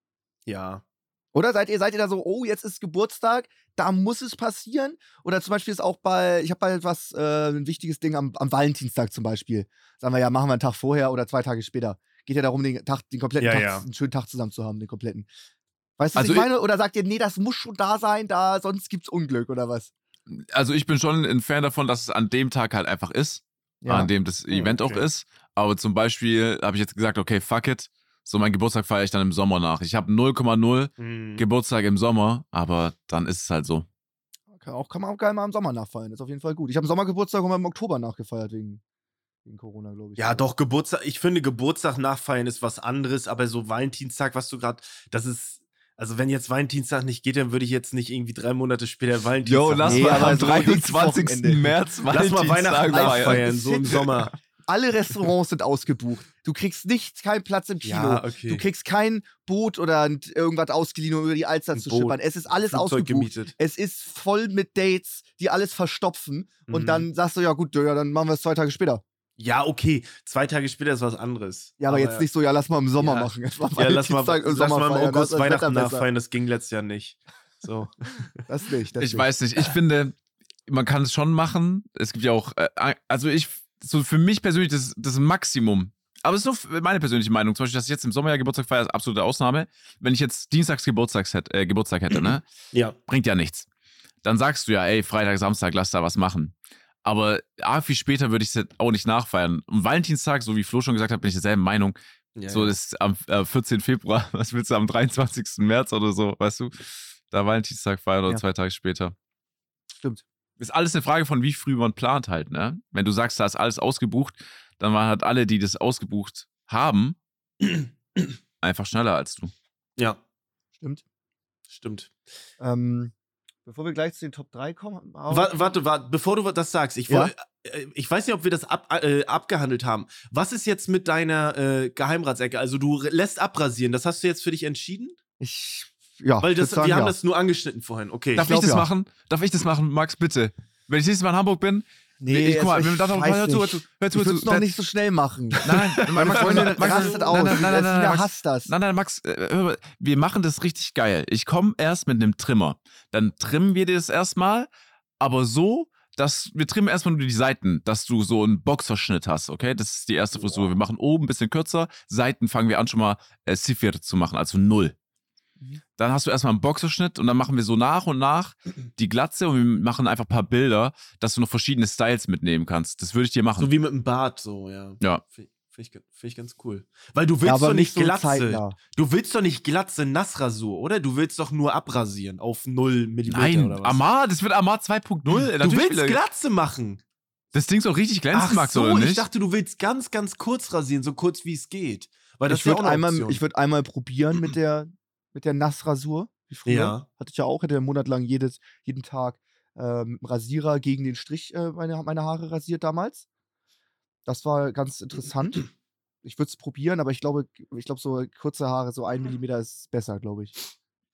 Ja. Oder seid ihr, seid ihr da so, oh, jetzt ist Geburtstag, da muss es passieren? Oder zum Beispiel ist auch bei, ich habe bald was, äh, ein wichtiges Ding am, am Valentinstag zum Beispiel. Sagen wir ja, machen wir einen Tag vorher oder zwei Tage später. Geht ja darum, den Tag, den kompletten Ja, Tag, ja. einen schönen Tag zusammen zu haben, den kompletten. Weißt du, was Also ich meine? Oder sagt ihr, nee, das muss schon da sein, da, sonst gibt's Unglück oder was? also ich bin schon ein Fan davon, dass es an dem Tag halt einfach ist. An dem das Event okay. auch ist. Aber zum Beispiel habe ich jetzt gesagt, okay, fuck it. So, mein Geburtstag feiere ich dann im Sommer nach. Ich habe null Komma null Mhm. Geburtstag im Sommer, aber dann ist es halt so. Kann, auch, kann man auch geil mal im Sommer nachfeiern, ist auf jeden Fall gut. Ich habe im Sommer Geburtstag und mal im Oktober nachgefeiert, wegen, wegen Corona, glaube ich. Ja, doch, Geburtstag, ich finde, Geburtstag nachfeiern ist was anderes, aber so Valentinstag, was du gerade, das ist, also wenn jetzt Valentinstag nicht geht, dann würde ich jetzt nicht irgendwie drei Monate später Valentinstag Jo, lass Nee, mal aber am so dreiundzwanzigsten Wochenende. März Lass mal Weihnachten Valentinstag feiern, so im Sommer. Alle Restaurants sind ausgebucht. Du kriegst nicht keinen Platz im Kino. Ja, okay. Du kriegst kein Boot oder n- irgendwas ausgeliehen, um über die Alster Ein zu Boot, schippern. Es ist alles Flugzeug ausgebucht. gemietet. Es ist voll mit Dates, die alles verstopfen. Und Mhm. dann sagst du, ja gut, ja, dann machen wir es zwei Tage später. Ja, okay, zwei Tage später ist was anderes. Ja, aber, jetzt nicht so, ja, lass mal im Sommer Ja. machen. Jetzt mal Ja, lass mal, Valentinstag und lass Sommer mal im feiern. August Das ist das Weihnachten Wetter besser. nachfeiern, das ging letztes Jahr nicht. So. Das nicht. Das Ich nicht. weiß nicht, ich finde, man kann es schon machen. Es gibt ja auch, äh, also ich, so für mich persönlich das, das Maximum. Aber es ist nur meine persönliche Meinung. Zum Beispiel, dass ich jetzt im Sommer ja Geburtstag feiere, ist absolute Ausnahme. Wenn ich jetzt Dienstags Geburtstags hätt, äh, Geburtstag hätte, ne? Ja. Bringt ja nichts. Dann sagst du ja, ey, Freitag, Samstag, lass da was machen. Aber arg viel später würde ich es auch nicht nachfeiern. Und Valentinstag, so wie Flo schon gesagt hat, bin ich derselben Meinung. ja So ja. ist am äh, vierzehnten Februar, was willst du am dreiundzwanzigsten März oder so, weißt du? Da Valentinstag feiern oder Ja. zwei Tage später. Stimmt. Ist alles eine Frage von, wie früh man plant halt, ne? Wenn du sagst, da ist alles ausgebucht, dann waren halt alle, die das ausgebucht haben, einfach schneller als du. Ja, Stimmt. stimmt. Ähm, bevor wir gleich zu den Top drei kommen. Wa- Warte, warte, bevor du das sagst, ich, Ja? woll- äh, ich weiß nicht, ob wir das ab, äh, abgehandelt haben. Was ist jetzt mit deiner äh, Geheimratsecke? Also du r- lässt abrasieren, das hast du jetzt für dich entschieden? Ich, ja. Weil ich das, würd sagen, wir haben ja. das nur angeschnitten vorhin, okay. Darf ich, glaub, das ja. machen? Darf ich das machen, Max, bitte? Wenn ich nächstes Mal in Hamburg bin, Nee, ich, guck mal, also wir- ich darf- weiß hör zu, hör nicht. zu, hör zu, Ich hör würde es zu. noch Der- nicht so schnell machen. Nein, nein, Meine Max, Freundin Max, Max, rastet nein, aus. nein, nein, nein, nein, Tina Max, hasst das. Nein, nein, Max, äh, hör mal, wir machen das richtig geil. Ich komme erst mit einem Trimmer. Dann trimmen wir das erstmal, aber so, dass wir trimmen erstmal nur die Seiten, dass du so einen Boxerschnitt hast, okay? Das ist die erste Frisur. Wir machen oben ein bisschen kürzer, Seiten fangen wir an schon mal äh, Zifir zu machen, also null. Mhm. Dann hast du erstmal einen Boxerschnitt und dann machen wir so nach und nach die Glatze und wir machen einfach ein paar Bilder, dass du noch verschiedene Styles mitnehmen kannst. Das würde ich dir machen. So wie mit dem Bart, so, ja. Ja. F- Finde ich, find ich ganz cool. Weil du willst Ja, aber doch nicht nicht so Glatze. zeitnah. Du willst doch nicht Glatze Nassrasur, oder? Du willst doch nur abrasieren auf null Millimeter Nein, oder was? Amar, das wird Amar zwei Punkt null. Du Natürlich willst will er- Glatze machen. Das Ding soll richtig glänzen, Ach Max, so, oder nicht? ich dachte, du willst ganz, ganz kurz rasieren, so kurz wie es geht. Weil das Ich wäre auch würde eine einmal, Option. ich würd einmal probieren mit der, mit der Nassrasur, wie früher. Ja. Hatte ich ja auch, hätte einen Monat lang jedes, jeden Tag äh, mit dem Rasierer gegen den Strich äh, meine, meine Haare rasiert damals. Das war ganz interessant. Ich würde es probieren, aber ich glaube, ich glaube, so kurze Haare, so ein Millimeter ist besser, glaube ich.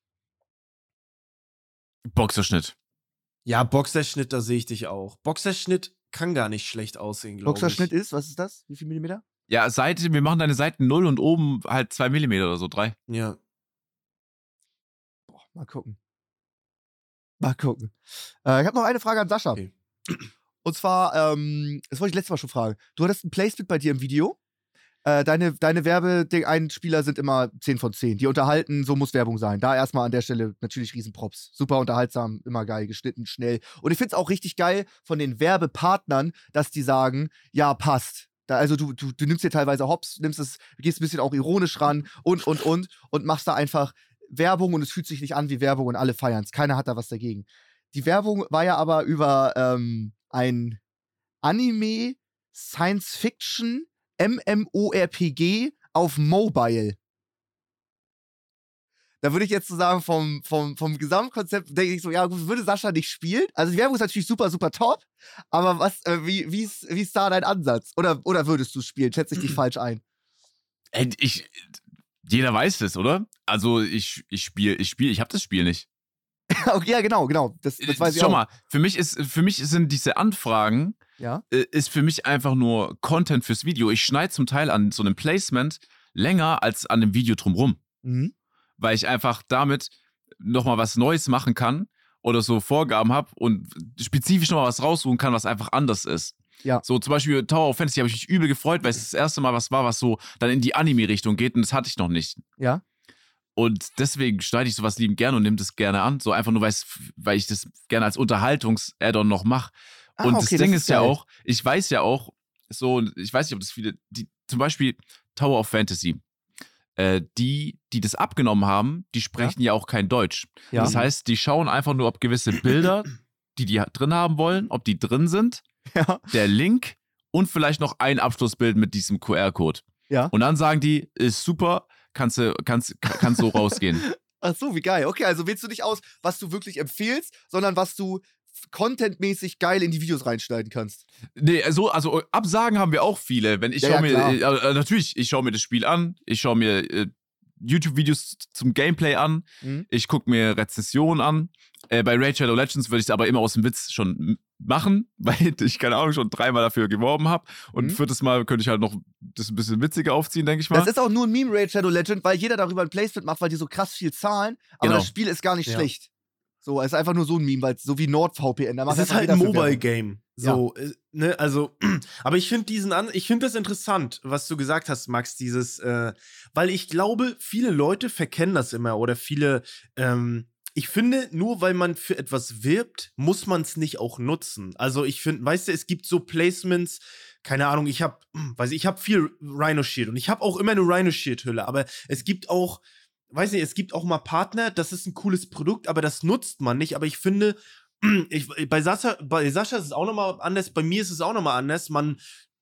Boxerschnitt. Ja, Boxerschnitt, da sehe ich dich auch. Boxerschnitt kann gar nicht schlecht aussehen, glaube ich. Boxerschnitt ist, was ist das? Wie viel Millimeter? Ja, Seite, wir machen deine Seiten null und oben halt zwei Millimeter oder so, drei. Ja. Boah, mal gucken. Mal gucken. Äh, ich habe noch eine Frage an Sascha. Okay. Und zwar, ähm, das wollte ich letztes Mal schon fragen. Du hattest ein Placement bei dir im Video. Äh, deine deine Werbe-Einspieler sind immer zehn von zehn. Die unterhalten, so muss Werbung sein. Da erstmal an der Stelle natürlich Riesenprops. Super unterhaltsam, immer geil, geschnitten, schnell. Und ich finde es auch richtig geil von den Werbepartnern, dass die sagen, ja, passt. Da, also du, du, du nimmst dir teilweise Hops, nimmst es, gehst ein bisschen auch ironisch ran und, und, und und machst da einfach Werbung und es fühlt sich nicht an wie Werbung und alle feiern es. Keiner hat da was dagegen. Die Werbung war ja aber über ähm, ein Anime, Science-Fiction, MMORPG auf Mobile. Da würde ich jetzt so sagen, vom, vom, vom Gesamtkonzept denke ich so, ja, gut, würde Sascha nicht spielen? Also die Werbung ist natürlich super, super top, aber was, äh, wie, wie, ist, wie ist da dein Ansatz? Oder, oder würdest du spielen? Schätze ich dich falsch ein? Ey, ich, jeder weiß das, oder? Also ich, ich spiele, ich spiele, ich habe das Spiel nicht. Okay, ja, genau, genau. Das, das weiß ich Schau auch. mal, für mich ist, für mich sind diese Anfragen, Ja? äh, ist für mich einfach nur Content fürs Video. Ich schneide zum Teil an so einem Placement länger als an dem Video drumrum. Mhm. Weil ich einfach damit nochmal was Neues machen kann oder so Vorgaben habe und spezifisch nochmal was raussuchen kann, was einfach anders ist. Ja. So zum Beispiel Tower of Fantasy habe ich mich übel gefreut, weil es das erste Mal was war, was so dann in die Anime-Richtung geht und das hatte ich noch nicht. Ja? Und deswegen schneide ich sowas liebend gerne und nehme das gerne an. So einfach nur, weil's, weil ich das gerne als Unterhaltungs-Add-on noch mache. Ah, und okay, das Ding das ist, ist ja geil. auch, ich weiß ja auch, so, ich weiß nicht, ob das viele, die, zum Beispiel Tower of Fantasy, äh, die, die das abgenommen haben, die sprechen ja, auch kein Deutsch. Ja. Das heißt, die schauen einfach nur, ob gewisse Bilder, die die drin haben wollen, ob die drin sind, Ja. der Link und vielleicht noch ein Abschlussbild mit diesem Q R-Code. Ja. Und dann sagen die, ist super, kannst du kannst, kannst so rausgehen. Ach so, wie geil. Okay, also wählst du nicht aus, was du wirklich empfiehlst, sondern was du contentmäßig geil in die Videos reinschneiden kannst. Nee, so, also Absagen haben wir auch viele. Wenn ich Ja, schaue ja, mir, klar. äh, äh, natürlich, ich schaue mir das Spiel an, ich schaue mir äh, YouTube-Videos zum Gameplay an, Mhm. ich gucke mir Rezensionen an. Äh, bei Raid Shadow Legends würde ich es aber immer aus dem Witz schon m- machen, weil ich, keine Ahnung, schon dreimal dafür geworben habe. Und Mhm. viertes Mal könnte ich halt noch das ein bisschen witziger aufziehen, denke ich mal. Das ist auch nur ein Meme, Raid Shadow Legend, weil jeder darüber ein Placement macht, weil die so krass viel zahlen, aber Genau. das Spiel ist gar nicht Ja. schlecht. So, es ist einfach nur so ein Meme, weil es so wie NordVPN, da Es macht ist einfach halt jeder ein für Werbung. Mobile-Game. So, äh, ne, also, aber ich finde diesen an, ich finde das interessant, was du gesagt hast, Max, dieses, äh, weil ich glaube, viele Leute verkennen das immer oder viele, ähm, ich finde, nur weil man für etwas wirbt, muss man es nicht auch nutzen. Also ich finde, weißt du, es gibt so Placements, keine Ahnung, ich habe, weiß ich, ich habe viel Rhino Shield und ich habe auch immer eine Rhino Shield Hülle, aber es gibt auch, weiß nicht, es gibt auch mal Partner, das ist ein cooles Produkt, aber das nutzt man nicht. Aber ich finde, ich, bei, Sascha, bei Sascha ist es auch nochmal anders, bei mir ist es auch nochmal anders. Man,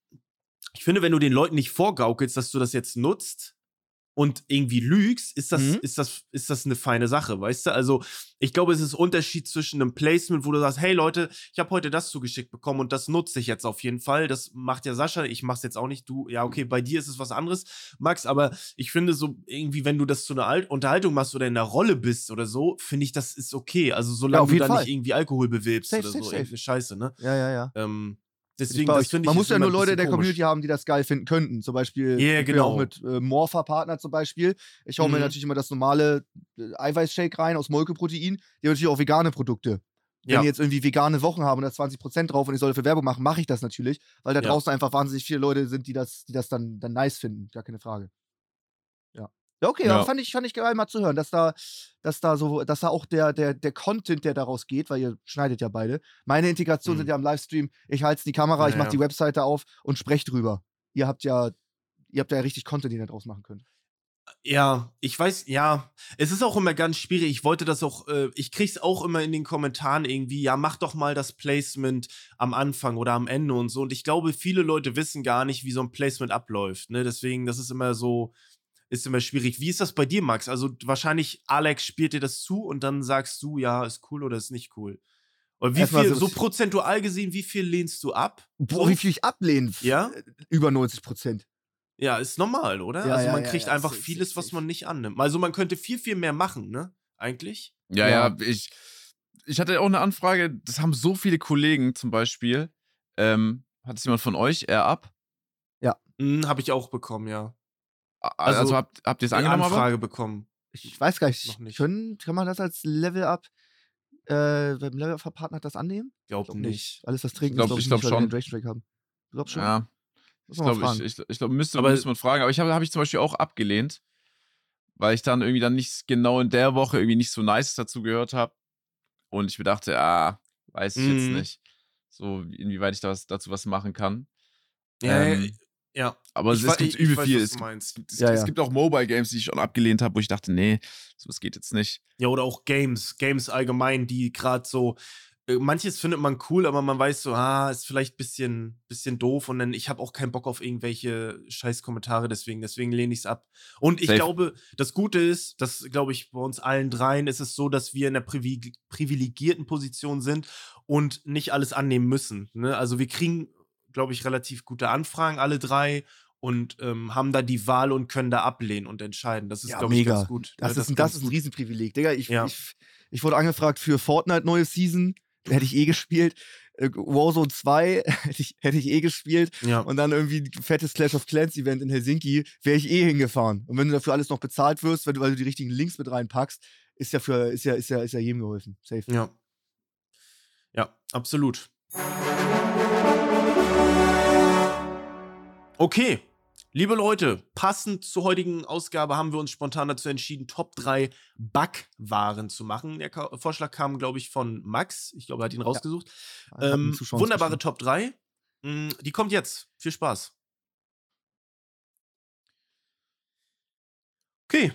ich finde, wenn du den Leuten nicht vorgaukelst, dass du das jetzt nutzt und irgendwie lügst, ist das, Mhm. ist das, ist das eine feine Sache, weißt du? Also, ich glaube, es ist ein Unterschied zwischen einem Placement, wo du sagst, hey Leute, ich habe heute das zugeschickt bekommen und das nutze ich jetzt auf jeden Fall. Das macht ja Sascha, ich mach's jetzt auch nicht. Du, ja, okay, bei dir ist es was anderes, Max, aber ich finde so irgendwie, wenn du das zu einer Al- Unterhaltung machst oder in einer Rolle bist oder so, finde ich, das ist okay. Also, solange auf du jeden da Fall. nicht irgendwie Alkohol bewirbst Safe, oder safe, so, safe. irgendeine Scheiße, ne? Ja, ja, ja. Ähm, Bin ich deswegen, bei das euch. finde ich Man muss ist ja immer nur ein Leute bisschen der komisch. Community haben, die das geil finden könnten. Zum Beispiel, Ja, ich bin ja auch genau. mit äh, Morpher-Partner zum Beispiel. Ich schaue mir Mhm. natürlich immer das normale äh, Eiweißshake rein aus Molkeprotein. Die haben natürlich auch vegane Produkte. Wenn Ja. die jetzt irgendwie vegane Wochen haben und da zwanzig Prozent drauf und ich soll dafür Werbung machen, mache ich das natürlich, weil da Ja. draußen einfach wahnsinnig viele Leute sind, die das, die das dann, dann nice finden. Gar keine Frage. Ja. Ja, okay, Ja. aber fand ich, fand ich geil mal zu hören, dass da, dass da so, dass da auch der, der, der Content, der daraus geht, weil ihr schneidet ja beide. Meine Integrationen Mhm. sind ja im Livestream, ich halte die Kamera, Ja, ich mache ja. die Webseite auf und spreche drüber. Ihr habt ja ihr habt da ja richtig Content, den ihr draus machen könnt. Ja, ich weiß, ja, es ist auch immer ganz schwierig. Ich wollte das auch, äh, ich krieg's auch immer in den Kommentaren irgendwie, ja, mach doch mal das Placement am Anfang oder am Ende und so. Und ich glaube, viele Leute wissen gar nicht, wie so ein Placement abläuft, ne? Deswegen, das ist immer so, ist immer schwierig. Wie ist das bei dir, Max? Also wahrscheinlich Alex spielt dir das zu und dann sagst du, ja, ist cool oder ist nicht cool. Und wie Erstmal viel, so- so prozentual gesehen, wie viel lehnst du ab? Boah, So? wie viel ich ablehne? Ja? Über neunzig Prozent. Ja, ist normal, oder? Ja, also ja, man ja, kriegt ja, einfach safe, vieles, safe, was safe. man nicht annimmt. Also man könnte viel, viel mehr machen, ne? Eigentlich. Ja, Ja. ja, ich, ich hatte auch eine Anfrage, das haben so viele Kollegen zum Beispiel. Ähm, hat es jemand von euch eher ab? Hm, habe ich auch bekommen, ja. A- Also, Also, habt, habt ihr es Eine angenommen? aber? Anfrage bekommen. Ich weiß gar nicht, Noch nicht. Können, kann man das als Level-Up, äh, beim Level-Up-Partner das annehmen? Glaub Glaub nicht. Alles, was trinken, glaub- ist, glaub ich ich, glaub nicht, weil wir schon. den Hydration Drake haben. Du glaubst schon? Ja, Muss ich man mal glaube, ich, fragen. ich, ich glaub, müsste, Aber- müsste man fragen. Aber ich habe hab ich zum Beispiel auch abgelehnt, weil ich dann irgendwie dann nicht genau in der Woche irgendwie nicht so nice dazu gehört habe. Und ich mir dachte, ah, weiß ich jetzt Mhm. nicht, so inwieweit ich das, dazu was machen kann. Ja, Ähm, ja. Aber Ich es, wei- es gibt ich- ich übel weiß, viel. was Es du gibt, meinst. es, Ja, es ja. gibt auch Mobile Games, die ich schon abgelehnt habe, wo ich dachte, nee, sowas geht jetzt nicht. Ja, oder auch Games. Games allgemein, die gerade so. äh, Manches findet man cool, aber man weiß so, ah, ist vielleicht ein bisschen, bisschen doof und dann, ich habe auch keinen Bock auf irgendwelche scheiß Kommentare, deswegen, deswegen lehne ich es ab. Und ich Safe. glaube, das Gute ist, das glaube ich, bei uns allen dreien ist es so, dass wir in einer privi- privilegierten Position sind und nicht alles annehmen müssen. Ne? Also wir kriegen, glaube ich, relativ gute Anfragen, alle drei, und ähm, haben da die Wahl und können da ablehnen und entscheiden. Das ist, Ja, glaube ich, mega. ganz gut. Das, ne? ist, ein, ganz das ist ein gut. Riesenprivileg. Digga, ich, Ja. ich, ich wurde angefragt für Fortnite neue Season. Hätte ich eh gespielt. Äh, Warzone zwei hätte ich, hätte ich eh gespielt. Ja. Und dann irgendwie ein fettes Clash of Clans Event in Helsinki, wäre ich eh hingefahren. Und wenn du dafür alles noch bezahlt wirst, wenn du, weil du die richtigen Links mit reinpackst, ist ja für, ist ja, ist ja, ist ja jedem geholfen. Safe. Ja. Ja, absolut. Okay, liebe Leute, passend zur heutigen Ausgabe haben wir uns spontan dazu entschieden, Top drei Backwaren zu machen. Der Ka Vorschlag kam, glaube ich, von Max. Ich glaube, er hat ihn rausgesucht. Hat einen Ähm, Zuschauer wunderbare inzwischen. Top drei. Mm, Die kommt jetzt. Viel Spaß. Okay.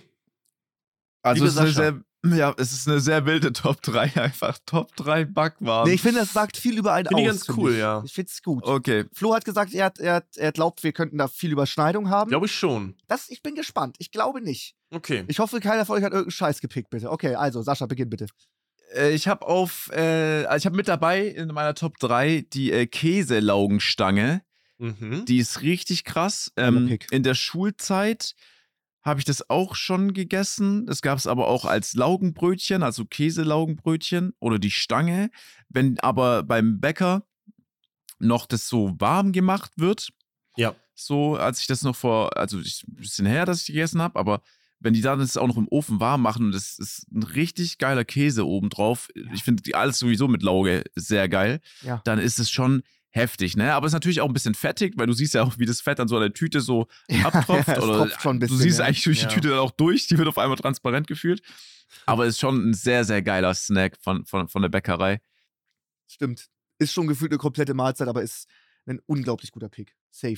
Also Liebe es ist, eine Sascha. sehr, ja, es ist eine sehr wilde Top drei, einfach Top drei Backwaren. Nee, ich finde, das sagt viel über einen Finde ich aus. ganz find cool, ich. ja. Ich finde es gut. Okay, Flo hat gesagt, er, hat, er, hat, er glaubt, wir könnten da viel Überschneidung haben. Glaube ich schon. Das, ich bin gespannt. Ich glaube nicht. Okay. Ich hoffe, keiner von euch hat irgendeinen Scheiß gepickt, bitte. Okay, also, Sascha, beginn bitte. äh, ich habe auf, äh, also ich habe mit dabei in meiner Top drei die äh, Käselaugenstange. Mhm. Die ist richtig krass. Geiler Ähm, Pick. in der Schulzeit habe ich das auch schon gegessen. Das gab es aber auch als Laugenbrötchen, also Käselaugenbrötchen oder die Stange. Wenn aber beim Bäcker noch das so warm gemacht wird, Ja. so als ich das noch vor, also ich, ein bisschen her, dass ich die gegessen habe, aber wenn die dann das auch noch im Ofen warm machen und das ist ein richtig geiler Käse obendrauf, ich finde die alles sowieso mit Lauge sehr geil, Ja. dann ist es schon heftig, ne? Aber es ist natürlich auch ein bisschen fettig, weil du siehst ja auch, wie das Fett an so einer Tüte so abtropft. es oder tropft schon ein bisschen, du siehst ja. eigentlich durch Ja. die Tüte dann auch durch, die wird auf einmal transparent gefühlt. Aber es ist schon ein sehr, sehr geiler Snack von, von, von der Bäckerei. Stimmt. Ist schon gefühlt eine komplette Mahlzeit, aber ist ein unglaublich guter Pick. Safe.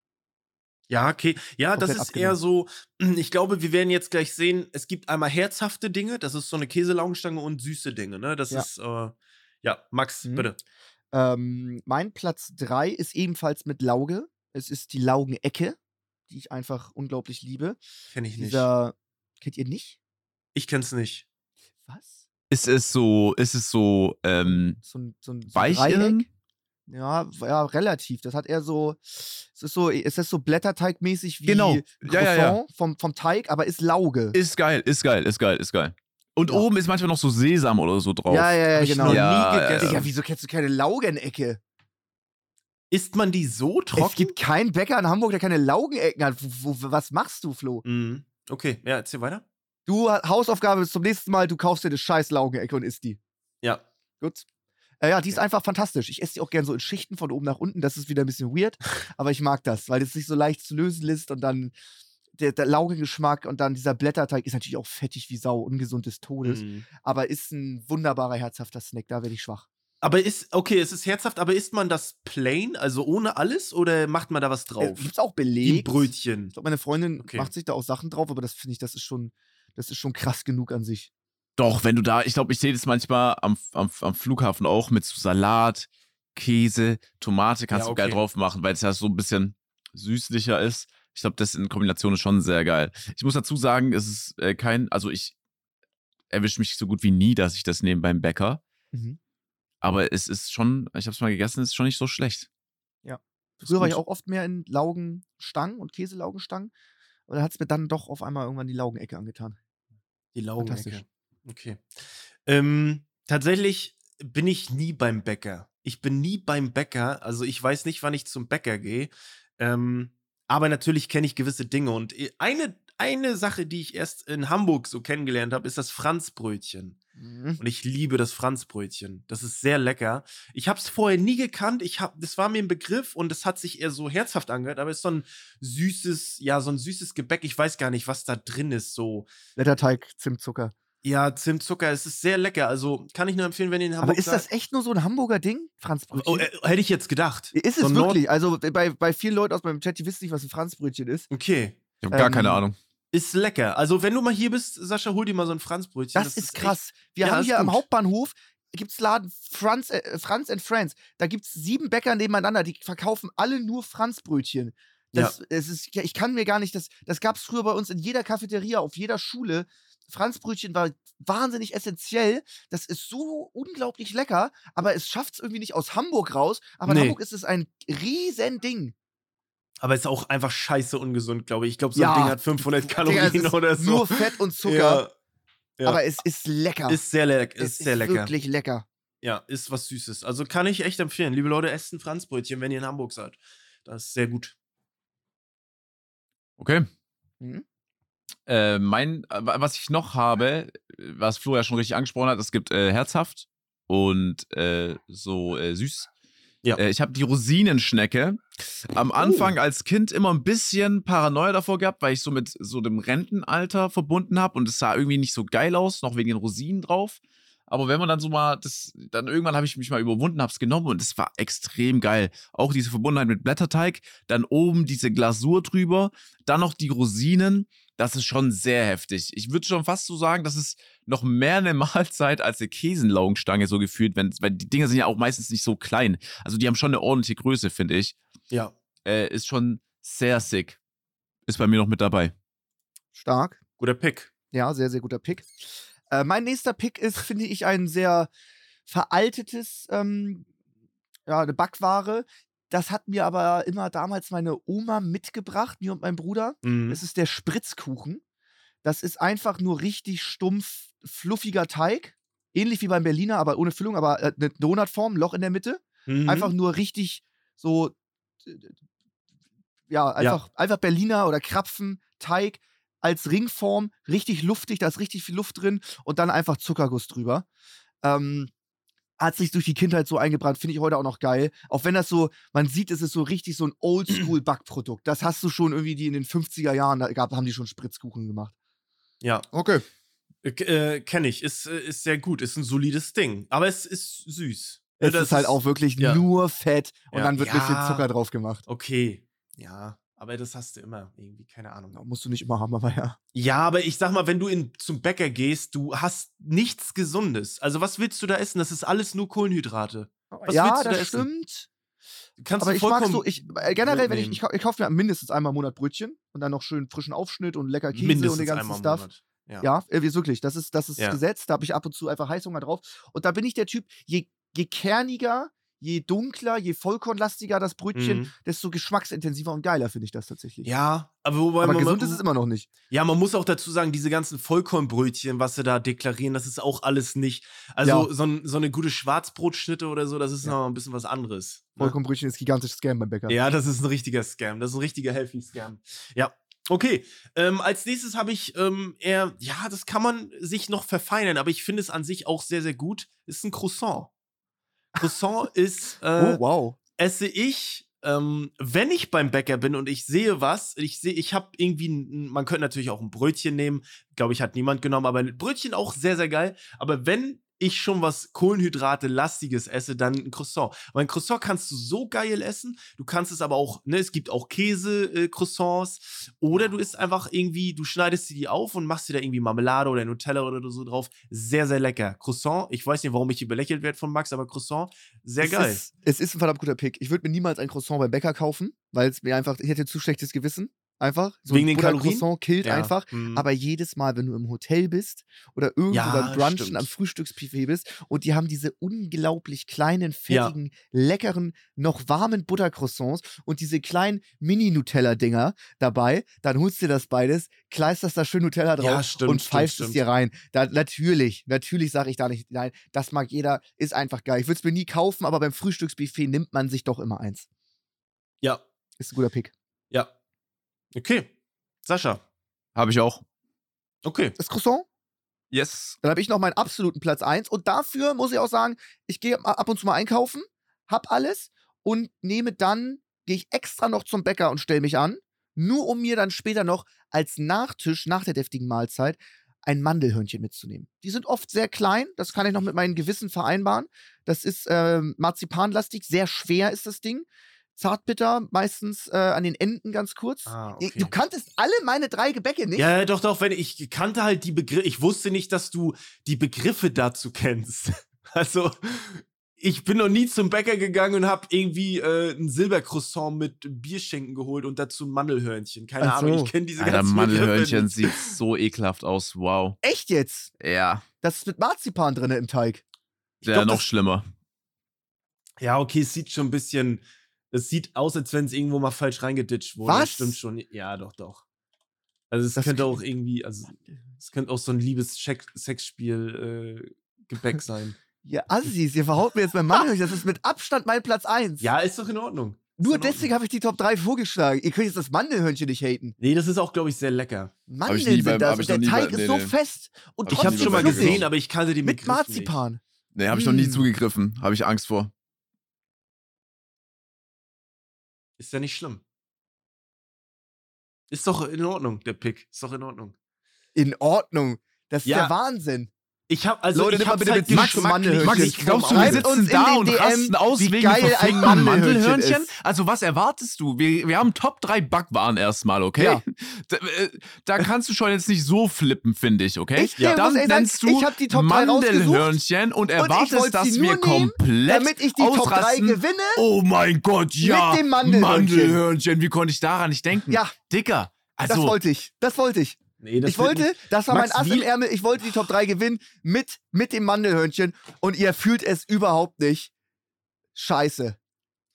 Ja, okay. Ja, das Komplett ist eher abgenommen. so, ich glaube, wir werden jetzt gleich sehen, es gibt einmal herzhafte Dinge, das ist so eine Käselaugenstange, und süße Dinge, ne? Das Ja. ist, äh, ja, Max, Mhm. bitte. Ähm, mein Platz drei ist ebenfalls mit Lauge. Es ist die Laugenecke, die ich einfach unglaublich liebe. Kenn ich nicht. Dieser. Kennt ihr nicht? Ich kenn's nicht. Was? Ist es so, ist es so, ähm, So ein, so ein, so ein weich Dreieck? innen? Ja, w- ja, relativ. Das hat eher so. Es ist so, es ist so Blätterteigmäßig wie Genau. ein Ja, ja, ja. Croissant Vom, vom Teig, aber ist Lauge. Ist geil, ist geil, ist geil, ist geil. Und Ja. oben ist manchmal noch so Sesam oder so drauf. Ja, ja, ja, Hab ich genau. noch Ja, nie ja, gegessen. Digga, wieso kennst du keine Laugenecke? Isst man die so trocken? Es gibt keinen Bäcker in Hamburg, der keine Laugenecken hat. Wo, wo, was machst du, Flo? Mhm. Okay, ja, erzähl weiter. Du, Hausaufgabe bis zum nächsten Mal, du kaufst dir eine scheiß Laugenecke und isst die. Ja. Gut. Äh, ja, die ist Okay. einfach fantastisch. Ich esse die auch gern so in Schichten von oben nach unten. Das ist wieder ein bisschen weird, aber ich mag das, weil es sich so leicht zu lösen lässt und dann der, der Laugengeschmack und dann dieser Blätterteig ist natürlich auch fettig wie Sau, ungesund des Todes, Mhm. aber ist ein wunderbarer, herzhafter Snack. Da werde ich schwach. Aber ist, okay, es ist herzhaft, aber isst man das plain, also ohne alles, oder macht man da was Äh, drauf? gibt's auch Wie ein belegt. Brötchen. Ich glaube, meine Freundin Okay. macht sich da auch Sachen drauf, aber das finde ich, das ist schon, das ist schon krass genug an sich. Doch, wenn du da, ich glaube, ich sehe das manchmal am, am, am Flughafen auch mit so Salat, Käse, Tomate, kannst Ja, du geil okay. drauf machen, weil es ja so ein bisschen süßlicher ist. Ich glaube, das in Kombination ist schon sehr geil. Ich muss dazu sagen, es ist äh, kein, also ich erwische mich so gut wie nie, dass ich das nehme beim Bäcker. Mhm. Aber es ist schon, ich habe es mal gegessen, es ist schon nicht so schlecht. Ja. Das ist Früher war ich gut. auch oft mehr in Laugenstangen und Käselaugenstangen. Und dann hat es mir dann doch auf einmal irgendwann die Laugenecke angetan. Die Fantastisch. Laugenecke. Okay. Ähm, tatsächlich bin ich nie beim Bäcker. Ich bin nie beim Bäcker. Also ich weiß nicht, wann ich zum Bäcker gehe. Ähm, aber natürlich kenne ich gewisse Dinge. Und äh, eine, eine Sache, die ich erst in Hamburg so kennengelernt habe, ist das Franzbrötchen. Mhm. Und ich liebe das Franzbrötchen. Das ist sehr lecker. Ich habe es vorher nie gekannt. Ich hab, das war mir ein Begriff und es hat sich eher so herzhaft angehört, aber es ist so ein süßes, ja, so ein süßes Gebäck. Ich weiß gar nicht, was da drin ist. So, Blätterteig, Zimtzucker. ja, Zimt, Zucker, es ist sehr lecker. Also kann ich nur empfehlen, wenn ihr in Aber Hamburg ist das seid. echt nur so ein Hamburger Ding, Oh, Franzbrötchen? äh, hätte ich jetzt gedacht. Ist So es Nord. wirklich? Also bei, bei vielen Leuten aus meinem Chat, die wissen nicht, was ein Franzbrötchen ist. Okay. Ich habe gar keine Ähm, Ahnung. Ist lecker. Also, wenn du mal hier bist, Sascha, hol dir mal so ein Franzbrötchen. Das, ist echt- krass. Wir ja, haben ist hier am gut. Hauptbahnhof, gibt's Laden Franz, äh, Franz and Friends. Da gibt's sieben Bäcker nebeneinander, die verkaufen alle nur Franzbrötchen. Das, es ist, ja, ich kann mir gar nicht, das, das gab's früher bei uns in jeder Cafeteria, auf jeder Schule. Franzbrötchen war wahnsinnig essentiell. Das ist so unglaublich lecker, aber es schafft's irgendwie nicht aus Hamburg raus. Aber in Nee. Hamburg ist es ein riesen Ding. Aber ist auch einfach scheiße ungesund, glaube ich. Ich glaube, so Ja, ein Ding hat fünfhundert Digga, Kalorien es ist oder so. nur Fett und Zucker, Ja, ja. aber es ist lecker. ist sehr lecker. es Ist sehr lecker. wirklich lecker. Ja, ist was Süßes. Also kann ich echt empfehlen. Liebe Leute, esst ein Franzbrötchen, wenn ihr in Hamburg seid. Das ist sehr gut. Okay. Mhm. Äh, mein, äh, was ich noch habe, was Flo ja schon richtig angesprochen hat, es gibt äh, herzhaft und äh, so äh, süß. Ja. Äh, ich habe die Rosinenschnecke am Anfang als Kind immer ein bisschen Paranoia davor gehabt, weil ich so mit so dem Rentenalter verbunden habe und es sah irgendwie nicht so geil aus, noch wegen den Rosinen drauf. Aber wenn man dann so mal, das, dann irgendwann habe ich mich mal überwunden, habe es genommen und es war extrem geil. Auch diese Verbundenheit mit Blätterteig, dann oben diese Glasur drüber, dann noch die Rosinen. Das ist schon sehr heftig. Ich würde schon fast so sagen, das ist noch mehr eine Mahlzeit als eine Käsenlaugenstange so gefühlt, wenn, weil die Dinger sind ja auch meistens nicht so klein. Also die haben schon eine ordentliche Größe, finde ich. Ja. Äh, ist schon sehr sick. Ist bei mir noch mit dabei. Stark. Guter Pick. Ja, sehr, sehr guter Pick. Äh, mein nächster Pick ist, finde ich, ein sehr veraltetes, ähm, ja, eine Backware. Das hat mir aber immer damals meine Oma mitgebracht, mir und meinem Bruder. Mhm. Es ist der Spritzkuchen. Das ist einfach nur richtig stumpf, fluffiger Teig. Ähnlich wie beim Berliner, aber ohne Füllung, aber äh, eine Donutform, Loch in der Mitte. Mhm. Einfach nur richtig so, äh, ja, einfach, einfach Berliner oder Krapfen, Teig als Ringform, richtig luftig, da ist richtig viel Luft drin und dann einfach Zuckerguss drüber. Ähm, hat sich durch die Kindheit so eingebrannt, finde ich heute auch noch geil. Auch wenn das so, man sieht, es ist so richtig so ein Oldschool-Backprodukt. Das hast du schon irgendwie, die in den fünfziger Jahren, da gab, haben die schon Spritzkuchen gemacht. Ja. Okay. Äh, Kenne ich. Ist, äh, ist sehr gut. Ist ein solides Ding. Aber es ist süß. Ja, Es das ist halt auch wirklich ja. nur Fett und Ja. dann wird ein bisschen Ja. Zucker drauf gemacht. Okay. Ja. Aber das hast du immer irgendwie. Keine Ahnung. Ja, musst du nicht immer haben, aber ja. Ja, aber ich sag mal, wenn du in, zum Bäcker gehst, du hast nichts Gesundes. Also, was willst du da essen? Das ist alles nur Kohlenhydrate. Was ja, willst du das da essen? stimmt. Kannst Aber du ich mag vollkommen so, ich, äh, generell, wenn ich, mitnehmen. ich, kau- ich kaufe mir mindestens einmal im Monat Brötchen und dann noch schön frischen Aufschnitt und lecker Käse mindestens und den ganzen einmal im Stuff. Monat. Ja. Ja, äh, wirklich, das ist, das ist Ja. Gesetz, da habe ich ab und zu einfach Heißhunger drauf. Und da bin ich der Typ, je, je kerniger, je dunkler, je vollkornlastiger das Brötchen, Mhm. desto geschmacksintensiver und geiler finde ich das tatsächlich. Ja, aber wobei aber man, gesund man, ist es immer noch nicht. ja, man muss auch dazu sagen, diese ganzen Vollkornbrötchen, was sie da deklarieren, das ist auch alles nicht. Also Ja. so, ein, so eine gute Schwarzbrotschnitte oder so, das ist Ja. noch ein bisschen was anderes. Ne? Vollkornbrötchen ist gigantisches Scam beim Bäcker. Ja, das ist ein richtiger Scam. Das ist ein richtiger Healthy-Scam. Ja. Okay, ähm, als nächstes habe ich ähm, eher, ja, das kann man sich noch verfeinern, aber ich finde es an sich auch sehr, sehr gut, ist ein Croissant. Croissant ist, äh, Oh, wow. esse ich, ähm, wenn ich beim Bäcker bin und ich sehe was, ich sehe, ich habe irgendwie, ein, man könnte natürlich auch ein Brötchen nehmen, glaube ich, hat niemand genommen, aber ein Brötchen auch sehr, sehr geil, aber wenn ich schon was Kohlenhydrate-lastiges esse, dann ein Croissant. Weil ein Croissant kannst du so geil essen, du kannst es aber auch, ne, es gibt auch Käse-Croissants oder du isst einfach irgendwie, du schneidest dir die auf und machst dir da irgendwie Marmelade oder Nutella oder so drauf. Sehr, sehr lecker. Croissant, ich weiß nicht, warum ich hier belächelt werde von Max, aber Croissant, sehr es geil. Ist, es ist ein verdammt guter Pick. Ich würde mir niemals ein Croissant beim Bäcker kaufen, weil es mir einfach, ich hätte zu schlechtes Gewissen. Einfach. So Wegen ein den Kalorien? Croissant killt Ja. einfach. Mhm. Aber jedes Mal, wenn du im Hotel bist oder irgendwo Ja, beim Brunchen stimmt. am Frühstücksbuffet bist und die haben diese unglaublich kleinen, Ja. fettigen, leckeren, noch warmen Buttercroissants und diese kleinen Mini-Nutella-Dinger dabei, dann holst du dir das beides, kleisterst da schön Nutella drauf Ja, stimmt, und stimmt, pfeifst es stimmt. dir rein. Da, natürlich, natürlich sage ich da nicht nein. Das mag jeder, ist einfach geil. Ich würde es mir nie kaufen, aber beim Frühstücksbuffet nimmt man sich doch immer eins. Ja, Ist ein guter Pick. ja. Okay. Sascha. Habe ich auch. Okay. Das Croissant? Yes. Dann habe ich noch meinen absoluten Platz eins und dafür muss ich auch sagen, ich gehe ab und zu mal einkaufen, hab alles und nehme dann, gehe ich extra noch zum Bäcker und stelle mich an, nur um mir dann später noch als Nachtisch nach der deftigen Mahlzeit ein Mandelhörnchen mitzunehmen. Die sind oft sehr klein, das kann ich noch mit meinem Gewissen vereinbaren. Das ist ähm, marzipanlastig, sehr schwer ist das Ding. Zartbitter, meistens äh, an den Enden ganz kurz. Ah, okay. Du kanntest alle meine drei Gebäcke nicht? Ja, doch, doch, wenn ich kannte halt die Begriffe, ich wusste nicht, dass du die Begriffe dazu kennst. Also, ich bin noch nie zum Bäcker gegangen und hab irgendwie äh, ein Silbercroissant mit Bierschenken geholt und dazu ein Mandelhörnchen. Keine Ach so. Ahnung, ich kenne diese Alter, ganzen Begriffe Mandelhörnchen nicht. sieht so ekelhaft aus. Wow. Echt jetzt? Ja. Das ist mit Marzipan drin im Teig. Ja, glaub, noch das- schlimmer. Ja, okay, es sieht schon ein bisschen, es sieht aus, als wenn es irgendwo mal falsch reingeditscht wurde. Was? Das stimmt schon. Ja, doch, doch. Also es Das könnte kann- auch irgendwie, also es könnte auch so ein Liebes-Sexspiel äh, Gebäck sein. Ja, Assis, ihr verhaut mir jetzt mein Mandelhörnchen. Das ist mit Abstand mein Platz eins. Ja, ist doch in Ordnung. Ist Nur in Ordnung. deswegen habe ich die Top drei vorgeschlagen. Ihr könnt jetzt das Mandelhörnchen nicht haten. Nee, das ist auch, glaube ich, sehr lecker. Mandeln ich nie sind beim- das hab ich und der noch nie Teig bei- nee, ist so nee. fest und Hab Ich ich habe nie schon mal beim Bäcker gesehen, gekauft. aber ich kannte den mit Begriff Marzipan. Nee, habe ich noch nie Mm. zugegriffen. Habe ich Angst vor. nicht. Ist ja nicht schlimm. Ist doch in Ordnung, der Pick. Ist doch in Ordnung. In Ordnung. Das ist Ja. der Wahnsinn. Ich habe also Leute, ich nimm mal hab's bitte halt Bezug Max, zum Max, Mandelhörnchen. Max, Max, glaubst du, wir Schreibt sitzen uns in da den und D M, rasten aus wie wegen geil ein verfickten Mandelhörnchen Mandelhörnchen? ist. Also was erwartest du? Wir, wir haben Top drei Backwaren erstmal, okay? Ja. Da, äh, da kannst du schon jetzt nicht so flippen, finde ich, okay? Ich, ja. Dann muss ehrlich sagen, nennst du ich hab die Top drei rausgesucht Mandelhörnchen und ich erwartest, wollte dass sie wir nur nehmen, komplett damit ich die Top drei ausrasten. gewinne. Oh mein Gott, ja. Mit dem Mandelhörnchen. Mandelhörnchen. Wie konnte ich daran nicht denken? Ja, Dicker. das Also, wollte ich. Das wollte ich. Nee, das Ich wollte, wird das war Max, mein Ass wie- im Ärmel, ich wollte die Top drei gewinnen mit, mit dem Mandelhörnchen und ihr fühlt es überhaupt nicht. Scheiße. nicht-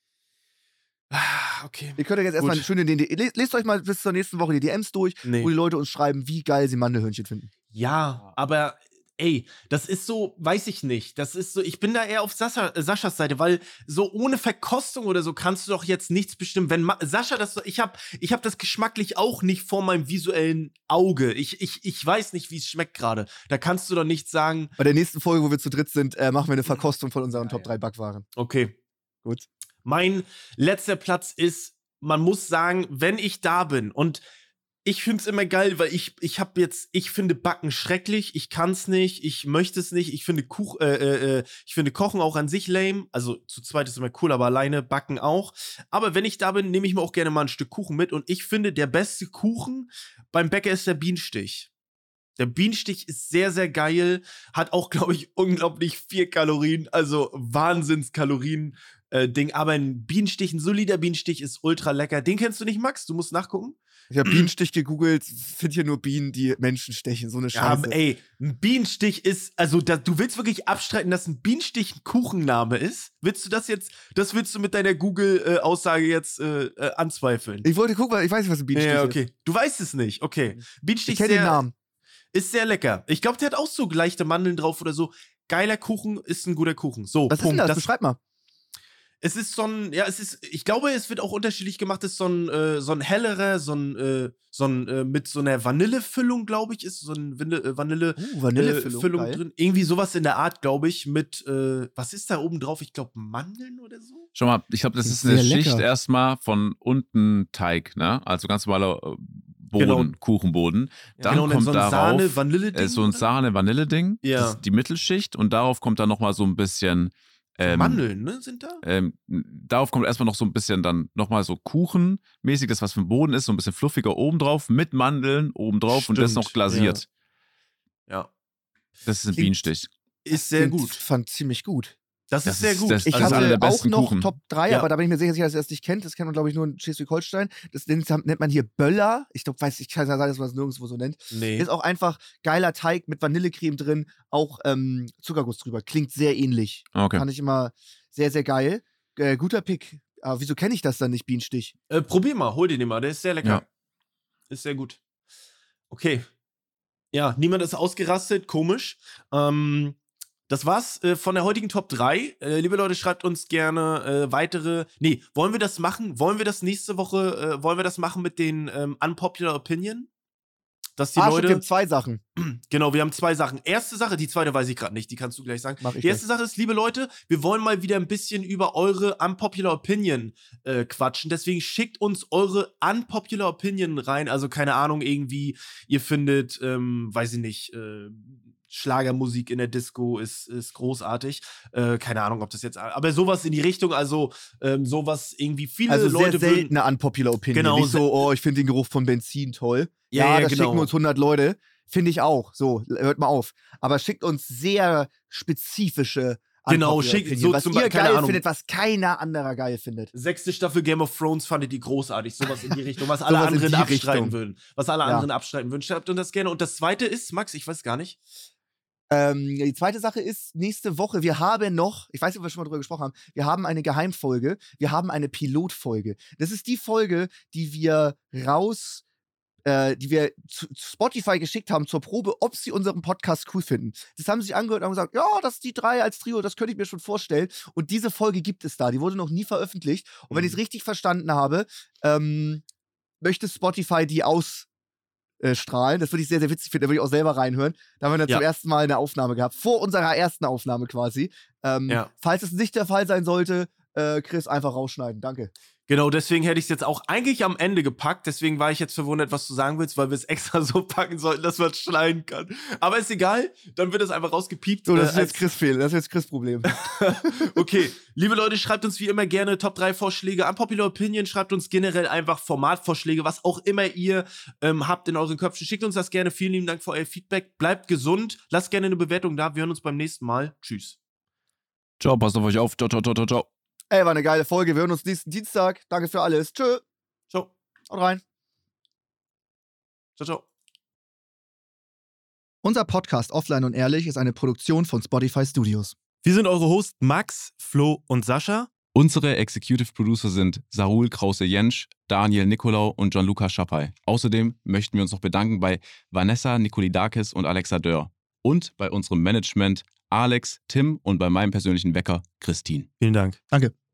Ah, okay. Ihr könnt euch jetzt erstmal Gut. schön in den D Lest, lest euch mal bis zur nächsten Woche die D Ms durch, Nee. wo die Leute uns schreiben, wie geil sie Mandelhörnchen finden. Ja, aber ey, das ist so, weiß ich nicht. Das ist so, ich bin da eher auf Sascha, äh, Saschas Seite, weil so ohne Verkostung oder so kannst du doch jetzt nichts bestimmen. Wenn Ma Sascha das so, ich hab, ich hab das geschmacklich auch nicht vor meinem visuellen Auge. Ich, ich, ich weiß nicht, wie es schmeckt gerade. Da kannst du doch nicht sagen, Bei der nächsten Folge, wo wir zu dritt sind, äh, machen wir eine Verkostung von unseren Ja, Top ja. drei Backwaren. okay. Gut. Mein letzter Platz ist, man muss sagen, wenn ich da bin und ich finde es immer geil, weil ich, ich habe jetzt, ich finde Backen schrecklich, ich kann es nicht, ich möchte es nicht, ich finde Kuch, äh, äh, ich finde Kochen auch an sich lame, also zu zweit ist immer cool, aber alleine Backen auch. Aber wenn ich da bin, nehme ich mir auch gerne mal ein Stück Kuchen mit und ich finde, der beste Kuchen beim Bäcker ist der Bienenstich. Der Bienenstich ist sehr, sehr geil, hat auch, glaube ich, unglaublich viel Kalorien, also Wahnsinnskalorien. Äh, Ding, aber ein Bienenstich, ein solider Bienenstich ist ultra lecker. Den kennst du nicht, Max? Du musst nachgucken. Ich habe Bienenstich gegoogelt, finde hier nur Bienen, die Menschen stechen. So eine Ja, Scheiße. aber ey, ein Bienenstich ist, also da, du willst wirklich abstreiten, dass ein Bienenstich ein Kuchenname ist? Willst du das jetzt, das willst du mit deiner Google-Aussage jetzt äh, äh, anzweifeln? Ich wollte gucken, weil ich weiß nicht, was ein Bienenstich ja, ist. okay. Du weißt es nicht, okay. Bienenstich Ich kenne den sehr- Namen. ist sehr lecker. Ich glaube, der hat auch so leichte Mandeln drauf oder so. Geiler Kuchen ist ein guter Kuchen. So, Was ist Punkt. denn das? Das, Beschreib mal. es ist so ein, ja, es ist, ich glaube, es wird auch unterschiedlich gemacht. Es ist so ein, äh, so ein hellerer, so ein, äh, so ein, äh, mit so einer Vanillefüllung, glaube ich, ist so ein Vanille, äh, Vanille Uh, äh, Vanillefüllung. Füllung geil. drin. Irgendwie sowas in der Art, glaube ich, mit, äh, was ist da oben drauf? Ich glaube, Mandeln oder so? Schau mal, ich glaube, das Das ist ist eine sehr Schicht lecker. erstmal von unten Teig, ne? Also ganz normaler äh, Boden, Genau. Kuchenboden. Dann genau, und dann kommt so ein darauf Sahne-Vanille-Ding. äh, so ein oder? Sahne-Vanille-Ding. Ja. Das ist die Mittelschicht. Und darauf kommt dann nochmal so ein bisschen. Ähm, Mandeln, ne, sind da? Ähm, darauf kommt erstmal noch so ein bisschen dann nochmal so Kuchenmäßig, das was für den Boden ist, so ein bisschen fluffiger obendrauf, mit Mandeln obendrauf und das noch Stimmt, glasiert. Ja. Das ist ein Klingt- Bienenstich. Ist sehr Klingt- gut. fand ziemlich gut. Das, Das ist sehr ist- gut. das- Ich das ist hatte einer der auch besten noch Kuchen. Top drei, Ja. aber da bin ich mir sicher, dass ihr das nicht kennt. Das kennt man, glaube ich, nur in Schleswig-Holstein. Das den nennt man hier Böller. Ich glaube, weiß ich kann ja sagen, dass man es nirgendwo so nennt. Nee. Ist auch einfach geiler Teig mit Vanillecreme drin, auch ähm, Zuckerguss drüber. Klingt sehr ähnlich. Okay. Fand ich immer sehr, sehr geil. Äh, guter Pick. Aber wieso kenne ich das dann nicht, Bienenstich? Äh, probier mal, hol dir den mal, der ist sehr lecker. Ja. Ist sehr gut. Okay. Ja, niemand ist ausgerastet, komisch. Ähm, das war's äh, von der heutigen Top drei. Äh, liebe Leute, schreibt uns gerne äh, weitere. Nee, wollen wir das machen? Wollen wir das nächste Woche, äh, wollen wir das machen mit den ähm, Unpopular Opinion? Dass die ah, stimmt, wir Leute. haben zwei Sachen. Genau, wir haben zwei Sachen. Erste Sache, die zweite weiß ich gerade nicht, die kannst du gleich sagen. Mach ich Die erste Sache ist, liebe Leute, wir wollen mal wieder ein bisschen über eure Unpopular Opinion äh, quatschen. Deswegen schickt uns eure Unpopular Opinion rein. Also keine Ahnung, irgendwie, ihr findet, ähm, weiß ich nicht, äh, Schlagermusik in der Disco ist, ist großartig. Äh, keine Ahnung, ob das jetzt, aber sowas in die Richtung, also ähm, sowas irgendwie viele Also Leute sehr würden. seltene Unpopular Opinion. Genau, Nicht so, oh, ich finde den Geruch von Benzin toll. Ja, Ja, ja, da genau. schicken uns hundert Leute. Finde ich auch. So, hört mal auf. Aber schickt uns sehr spezifische Genau, Unpopular schickt Opinion, so was zum ihr Beispiel, keine geil Ahnung. findet, was keiner anderer geil findet. Sechste Staffel Game of Thrones fandet ihr großartig. Sowas in die Richtung, was alle Sowas in anderen die abstreiten Richtung. würden. Was alle Ja. anderen abstreiten würden. Schreibt uns das gerne. Und das zweite ist, Max, ich weiß gar nicht. Ähm, die zweite Sache ist, nächste Woche, wir haben noch, ich weiß nicht, ob wir schon mal drüber gesprochen haben, wir haben eine Geheimfolge, wir haben eine Pilotfolge. Das ist die Folge, die wir raus, äh, die wir zu, zu Spotify geschickt haben zur Probe, ob sie unseren Podcast cool finden. Das haben sie sich angehört und haben gesagt, ja, das ist die drei als Trio, das könnte ich mir schon vorstellen. Und diese Folge gibt es da, die wurde noch nie veröffentlicht. Und wenn ich es richtig verstanden habe, ähm, möchte Spotify die aus Äh, strahlen. Das würde ich sehr, sehr witzig finden. Da würde ich auch selber reinhören. Da haben wir dann Ja. zum ersten Mal eine Aufnahme gehabt. Vor unserer ersten Aufnahme quasi. Ähm, Ja. Falls es nicht der Fall sein sollte, äh, Chris, einfach rausschneiden. Danke. Genau, deswegen hätte ich es jetzt auch eigentlich am Ende gepackt. Deswegen war ich jetzt verwundert, was du sagen willst, weil wir es extra so packen sollten, dass man es schneiden kann. Aber ist egal, dann wird es einfach rausgepiept. So, das äh, ist jetzt Chris Fehl. Das ist jetzt Chris Problem. Okay, liebe Leute, schreibt uns wie immer gerne Top drei Vorschläge, Unpopular Opinion, schreibt uns generell einfach Formatvorschläge, was auch immer ihr ähm, habt in euren Köpfen. Schickt uns das gerne. Vielen lieben Dank für euer Feedback. Bleibt gesund. Lasst gerne eine Bewertung da. Wir hören uns beim nächsten Mal. Tschüss. Ciao, passt auf euch auf. Ciao, ciao, ciao, ciao, ciao. Ey, war eine geile Folge. Wir hören uns nächsten Dienstag. Danke für alles. Tschö. Ciao. Haut rein. Ciao, ciao. Unser Podcast Offline und Ehrlich ist eine Produktion von Spotify Studios. Wir sind eure Hosts Max, Flo und Sascha. Unsere Executive Producer sind Sarul Krause-Jentsch, Daniel Nicolau und Gianluca Schappay. Außerdem möchten wir uns noch bedanken bei Vanessa Nikolidakis und Alexa Dörr. Und bei unserem Management Alex, Tim und bei meinem persönlichen Wecker Christine. Vielen Dank. Danke.